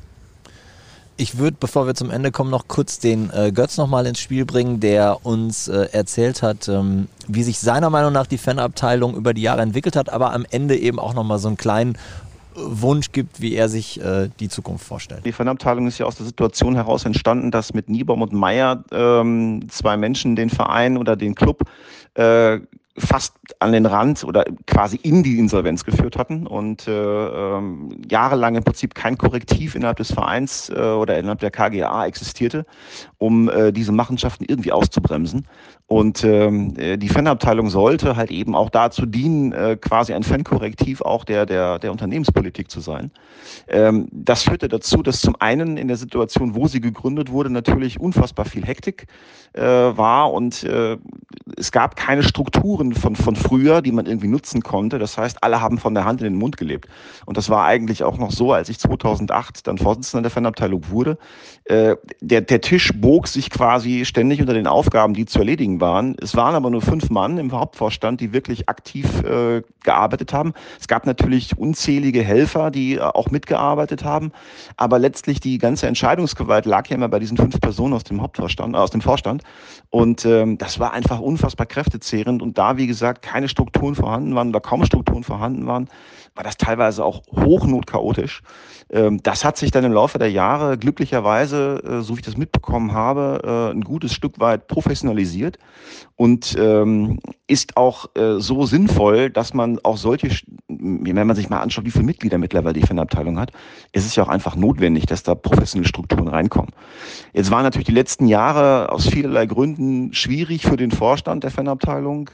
Ich würde, bevor wir zum Ende kommen, noch kurz den äh, Götz nochmal ins Spiel bringen, der uns äh, erzählt hat, ähm, wie sich seiner Meinung nach die Fanabteilung über die Jahre entwickelt hat, aber am Ende eben auch nochmal so einen kleinen Wunsch gibt, wie er sich äh, die Zukunft vorstellt. Die Fanabteilung ist ja aus der Situation heraus entstanden, dass mit Niebaum und Meyer ähm, zwei Menschen den Verein oder den Club äh, fast an den Rand oder quasi in die Insolvenz geführt hatten und äh, ähm, jahrelang im Prinzip kein Korrektiv innerhalb des Vereins äh, oder innerhalb der K G A existierte, um äh, diese Machenschaften irgendwie auszubremsen. Und ähm, die Fanabteilung sollte halt eben auch dazu dienen, äh, quasi ein Fankorrektiv auch der, der, der Unternehmenspolitik zu sein. Ähm, das führte dazu, dass zum einen in der Situation, wo sie gegründet wurde, natürlich unfassbar viel Hektik äh, war und äh, es gab keine Strukturen von, von früher, die man irgendwie nutzen konnte. Das heißt, alle haben von der Hand in den Mund gelebt. Und das war eigentlich auch noch so, als ich zweitausendacht dann Vorsitzender der Fanabteilung wurde. Äh, der, der Tisch bog sich quasi ständig unter den Aufgaben, die zu erledigen waren. Es waren aber nur fünf Mann im Hauptvorstand, die wirklich aktiv äh, gearbeitet haben. Es gab natürlich unzählige Helfer, die äh, auch mitgearbeitet haben. Aber letztlich die ganze Entscheidungsgewalt lag ja immer bei diesen fünf Personen aus dem Hauptvorstand, äh, aus dem Vorstand. Und ähm, das war einfach unfassbar kräftezehrend. Und da, wie gesagt, keine Strukturen vorhanden waren oder kaum Strukturen vorhanden waren, war das teilweise auch hochnotchaotisch. Ähm, das hat sich dann im Laufe der Jahre glücklicherweise, äh, so wie ich das mitbekommen habe, äh, ein gutes Stück weit professionalisiert und ähm, ist auch äh, so sinnvoll, dass man auch solche, wenn man sich mal anschaut, wie viele Mitglieder mittlerweile die Fanabteilung hat, ist es ja auch einfach notwendig, dass da professionelle Strukturen reinkommen. Jetzt waren natürlich die letzten Jahre aus vielerlei Gründen schwierig für den Vorstand der Fanabteilung.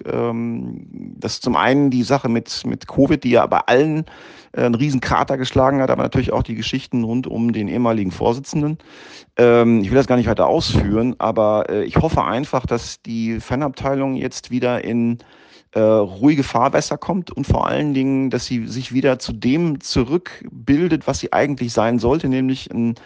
Ähm, das ist zum einen die Sache mit, mit Covid, die ja bei allen äh, einen riesen Krater geschlagen hat, aber natürlich auch die Geschichten rund um den ehemaligen Vorsitzenden. Ähm, ich will das gar nicht weiter ausführen, aber äh, ich hoffe einfach, dass die Fanabteilung jetzt wieder in äh, ruhige Fahrwässer kommt und vor allen Dingen, dass sie sich wieder zu dem zurückbildet, was sie eigentlich sein sollte, nämlich ein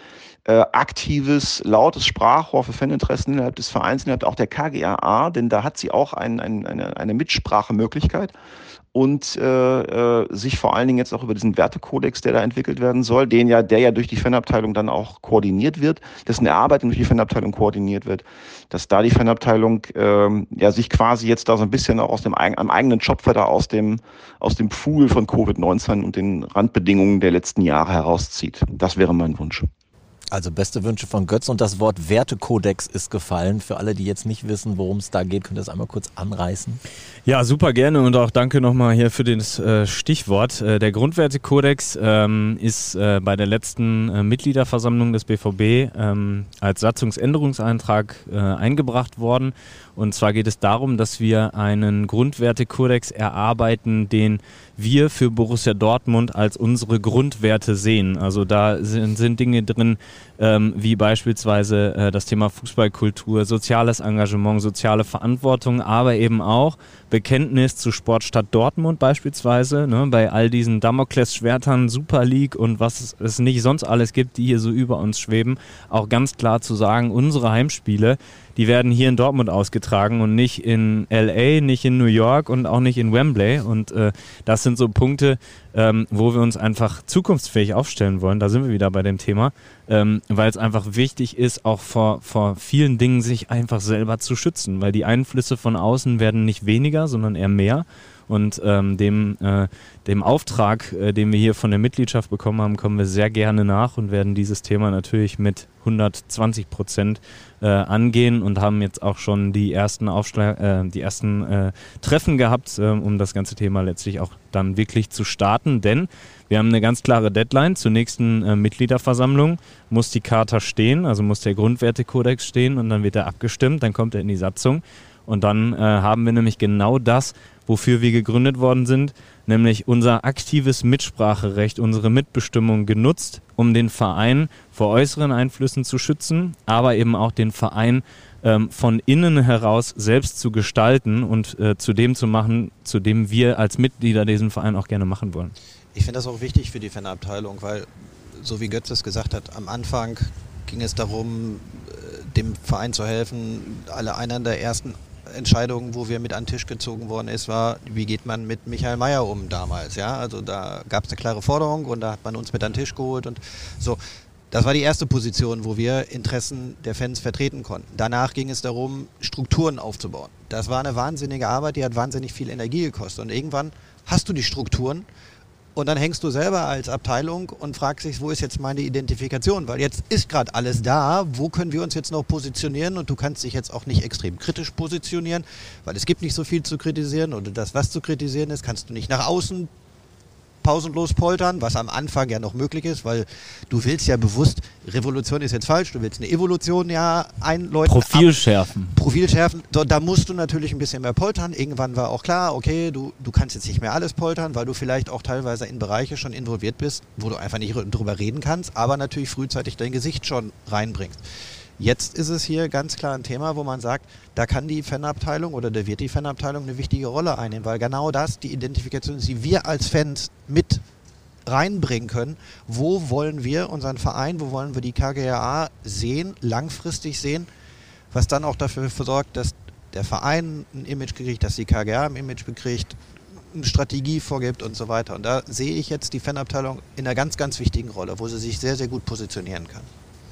äh, aktives, lautes Sprachrohr für Faninteressen innerhalb des Vereins, innerhalb auch der K G R A, denn da hat sie auch ein, ein, eine, eine Mitsprachemöglichkeit. Und äh, äh, sich vor allen Dingen jetzt auch über diesen Wertekodex, der da entwickelt werden soll, den ja, der ja durch die Fanabteilung dann auch koordiniert wird, dessen Erarbeitung durch die Fanabteilung koordiniert wird, dass da die Fanabteilung ähm, ja sich quasi jetzt da so ein bisschen auch aus dem am eigenen Schopfer da aus dem aus dem Pool von Covid neunzehn und den Randbedingungen der letzten Jahre herauszieht. Das wäre mein Wunsch. Also beste Wünsche von Götz, und das Wort Wertekodex ist gefallen. Für alle, die jetzt nicht wissen, worum es da geht, könnt ihr das einmal kurz anreißen. Ja, super gerne, und auch danke nochmal hier für das äh, Stichwort. Äh, der Grundwertekodex ähm, ist äh, bei der letzten äh, Mitgliederversammlung des B V B ähm, als Satzungsänderungsantrag äh, eingebracht worden. Und zwar geht es darum, dass wir einen Grundwertekodex erarbeiten, den wir für Borussia Dortmund als unsere Grundwerte sehen. Also da sind, sind Dinge drin, ähm, wie beispielsweise äh, das Thema Fußballkultur, soziales Engagement, soziale Verantwortung, aber eben auch Bekenntnis zu Sportstadt Dortmund beispielsweise, ne, bei all diesen Damoklesschwertern, Super League und was es nicht sonst alles gibt, die hier so über uns schweben, auch ganz klar zu sagen, unsere Heimspiele, die werden hier in Dortmund ausgetragen und nicht in L A, nicht in New York und auch nicht in Wembley. Und äh, das sind so Punkte, ähm, wo wir uns einfach zukunftsfähig aufstellen wollen. Da sind wir wieder bei dem Thema, ähm, weil es einfach wichtig ist, auch vor, vor vielen Dingen sich einfach selber zu schützen, weil die Einflüsse von außen werden nicht weniger, sondern eher mehr. Und ähm, dem, äh, dem Auftrag, äh, den wir hier von der Mitgliedschaft bekommen haben, kommen wir sehr gerne nach und werden dieses Thema natürlich mit hundertzwanzig Prozent äh, angehen und haben jetzt auch schon die ersten, Aufschlag, äh, die ersten äh, Treffen gehabt, äh, um das ganze Thema letztlich auch dann wirklich zu starten. Denn wir haben eine ganz klare Deadline. Zur nächsten äh, Mitgliederversammlung muss die Charta stehen, also muss der Grundwertekodex stehen, und dann wird er abgestimmt, dann kommt er in die Satzung. Und dann äh, haben wir nämlich genau das, wofür wir gegründet worden sind, nämlich unser aktives Mitspracherecht, unsere Mitbestimmung genutzt, um den Verein vor äußeren Einflüssen zu schützen, aber eben auch den Verein ähm, von innen heraus selbst zu gestalten und äh, zu dem zu machen, zu dem wir als Mitglieder diesen Verein auch gerne machen wollen. Ich finde das auch wichtig für die Fanabteilung, weil, so wie Götz es gesagt hat, am Anfang ging es darum, dem Verein zu helfen. Alle einer der ersten Entscheidungen, wo wir mit an den Tisch gezogen worden ist, war, wie geht man mit Michael Mayer um damals, ja, also da gab es eine klare Forderung und da hat man uns mit an den Tisch geholt und so. Das war die erste Position, wo wir Interessen der Fans vertreten konnten. Danach ging es darum, Strukturen aufzubauen. Das war eine wahnsinnige Arbeit, die hat wahnsinnig viel Energie gekostet, und irgendwann hast du die Strukturen und dann hängst du selber als Abteilung und fragst dich, wo ist jetzt meine Identifikation? Weil jetzt ist gerade alles da, wo können wir uns jetzt noch positionieren? Und du kannst dich jetzt auch nicht extrem kritisch positionieren, weil es gibt nicht so viel zu kritisieren, oder das, was zu kritisieren ist, kannst du nicht nach außen pausenlos poltern, was am Anfang ja noch möglich ist, weil du willst ja bewusst, Revolution ist jetzt falsch, du willst eine Evolution ja einläuten. Profil ab, schärfen. Profil schärfen, so, da musst du natürlich ein bisschen mehr poltern. Irgendwann war auch klar, okay, du, du kannst jetzt nicht mehr alles poltern, weil du vielleicht auch teilweise in Bereiche schon involviert bist, wo du einfach nicht drüber reden kannst, aber natürlich frühzeitig dein Gesicht schon reinbringst. Jetzt ist es hier ganz klar ein Thema, wo man sagt, da kann die Fanabteilung oder da wird die Fanabteilung eine wichtige Rolle einnehmen, weil genau das die Identifikation ist, die wir als Fans mit reinbringen können. Wo wollen wir unseren Verein, wo wollen wir die K G R A sehen, langfristig sehen, was dann auch dafür sorgt, dass der Verein ein Image kriegt, dass die K G R A ein Image bekriegt, eine Strategie vorgibt und so weiter. Und da sehe ich jetzt die Fanabteilung in einer ganz, ganz wichtigen Rolle, wo sie sich sehr, sehr gut positionieren kann.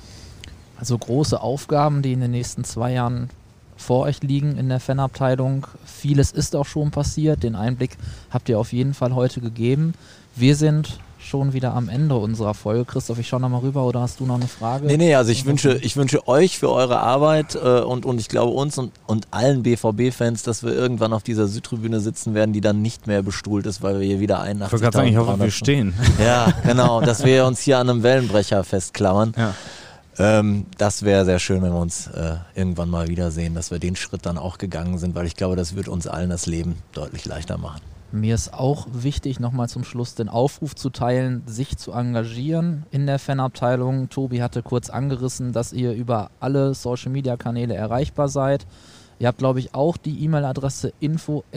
Also große Aufgaben, die in den nächsten zwei Jahren vor euch liegen in der Fanabteilung. Vieles ist auch schon passiert. Den Einblick habt ihr auf jeden Fall heute gegeben. Wir sind schon wieder am Ende unserer Folge. Christoph, ich schaue nochmal rüber, oder hast du noch eine Frage? Nee, nee, also ich wünsche, ich wünsche euch für eure Arbeit äh, und, und ich glaube uns und, und allen B V B-Fans, dass wir irgendwann auf dieser Südtribüne sitzen werden, die dann nicht mehr bestuhlt ist, weil wir hier wieder einundachtzig. Ich wollte gerade sagen, ich hoffe, wir stehen. Ja, genau, dass wir uns hier an einem Wellenbrecher festklammern. Ja. Ähm, das wäre sehr schön, wenn wir uns äh, irgendwann mal wiedersehen, dass wir den Schritt dann auch gegangen sind, weil ich glaube, das wird uns allen das Leben deutlich leichter machen. Mir ist auch wichtig, nochmal zum Schluss den Aufruf zu teilen, sich zu engagieren in der Fanabteilung. Tobi hatte kurz angerissen, dass ihr über alle Social-Media-Kanäle erreichbar seid. Ihr habt, glaube ich, auch die E-Mail-Adresse info at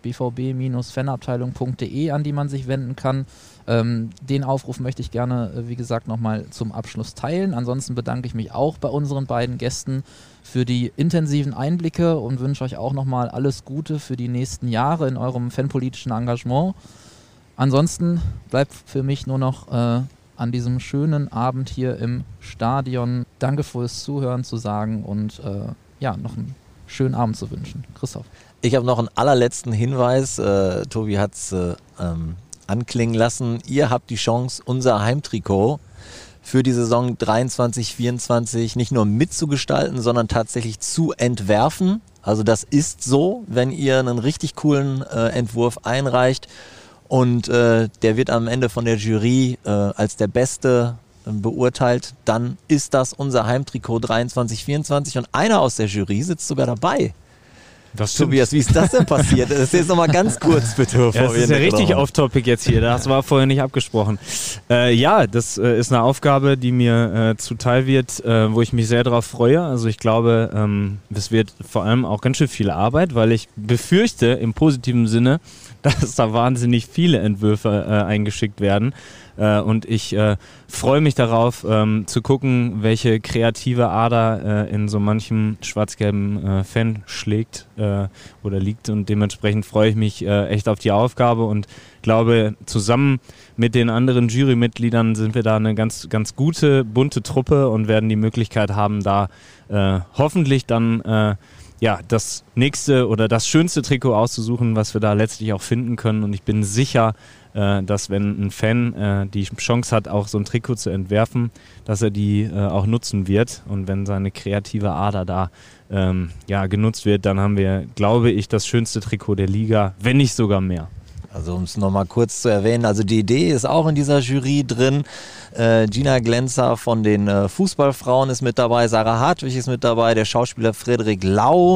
b v b fanabteilung punkt d e, an die man sich wenden kann. Ähm, den Aufruf möchte ich gerne, äh, wie gesagt, nochmal zum Abschluss teilen. Ansonsten bedanke ich mich auch bei unseren beiden Gästen für die intensiven Einblicke und wünsche euch auch nochmal alles Gute für die nächsten Jahre in eurem fanpolitischen Engagement. Ansonsten bleibt für mich nur noch äh, an diesem schönen Abend hier im Stadion Danke fürs Zuhören zu sagen und äh, ja, noch einen schönen Abend zu wünschen. Christoph. Ich habe noch einen allerletzten Hinweis. Äh, Tobi hat es äh, ähm, anklingen lassen. Ihr habt die Chance, unser Heimtrikot für die Saison dreiundzwanzig vierundzwanzig nicht nur mitzugestalten, sondern tatsächlich zu entwerfen. Also das ist so, wenn ihr einen richtig coolen äh, Entwurf einreicht und äh, der wird am Ende von der Jury äh, als der beste äh, beurteilt, dann ist das unser Heimtrikot dreiundzwanzig vierundzwanzig und einer aus der Jury sitzt sogar dabei. Das Tobias, wie ist das denn passiert? Das ist jetzt nochmal ganz kurz, bitte. Ja, das ist ja richtig off-topic jetzt hier, das war vorher nicht abgesprochen. Äh, ja, das äh, ist eine Aufgabe, die mir äh, zuteil wird, äh, wo ich mich sehr darauf freue. Also ich glaube, ähm, das wird vor allem auch ganz schön viel Arbeit, weil ich befürchte im positiven Sinne, dass da wahnsinnig viele Entwürfe äh, eingeschickt werden. Äh, und ich äh, freue mich darauf, ähm, zu gucken, welche kreative Ader äh, in so manchem schwarz-gelben äh, Fan schlägt äh, oder liegt. Und dementsprechend freue ich mich äh, echt auf die Aufgabe und glaube, zusammen mit den anderen Jurymitgliedern sind wir da eine ganz, ganz gute, bunte Truppe und werden die Möglichkeit haben, da äh, hoffentlich dann äh, ja, das nächste oder das schönste Trikot auszusuchen, was wir da letztlich auch finden können. Und ich bin sicher, äh, dass wenn ein Fan äh, die Chance hat, auch so ein Trikot zu entwerfen, dass er die äh, auch nutzen wird. Und wenn seine kreative Ader da ähm, ja, genutzt wird, dann haben wir, glaube ich, das schönste Trikot der Liga, wenn nicht sogar mehr. Also um es nochmal kurz zu erwähnen, also die Idee ist auch in dieser Jury drin. Äh, Gina Glenzer von den äh, Fußballfrauen ist mit dabei, Sarah Hartwig ist mit dabei, der Schauspieler Frederik Lau,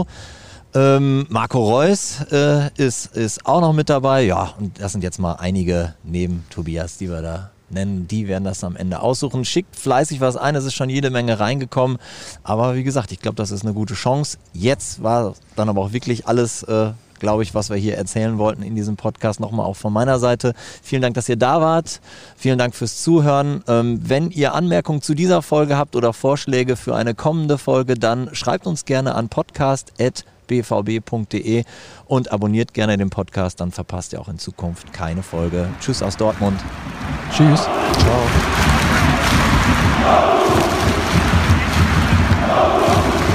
ähm, Marco Reus äh, ist, ist auch noch mit dabei. Ja, und das sind jetzt mal einige neben Tobias, die wir da nennen. Die werden das am Ende aussuchen. Schickt fleißig was ein, es ist schon jede Menge reingekommen. Aber wie gesagt, ich glaube, das ist eine gute Chance. Jetzt war dann aber auch wirklich alles... Äh, glaube ich, was wir hier erzählen wollten in diesem Podcast. Nochmal auch von meiner Seite. Vielen Dank, dass ihr da wart. Vielen Dank fürs Zuhören. Ähm, wenn ihr Anmerkungen zu dieser Folge habt oder Vorschläge für eine kommende Folge, dann schreibt uns gerne an podcast at b v b punkt d e und abonniert gerne den Podcast, dann verpasst ihr auch in Zukunft keine Folge. Tschüss aus Dortmund. Tschüss. Ciao.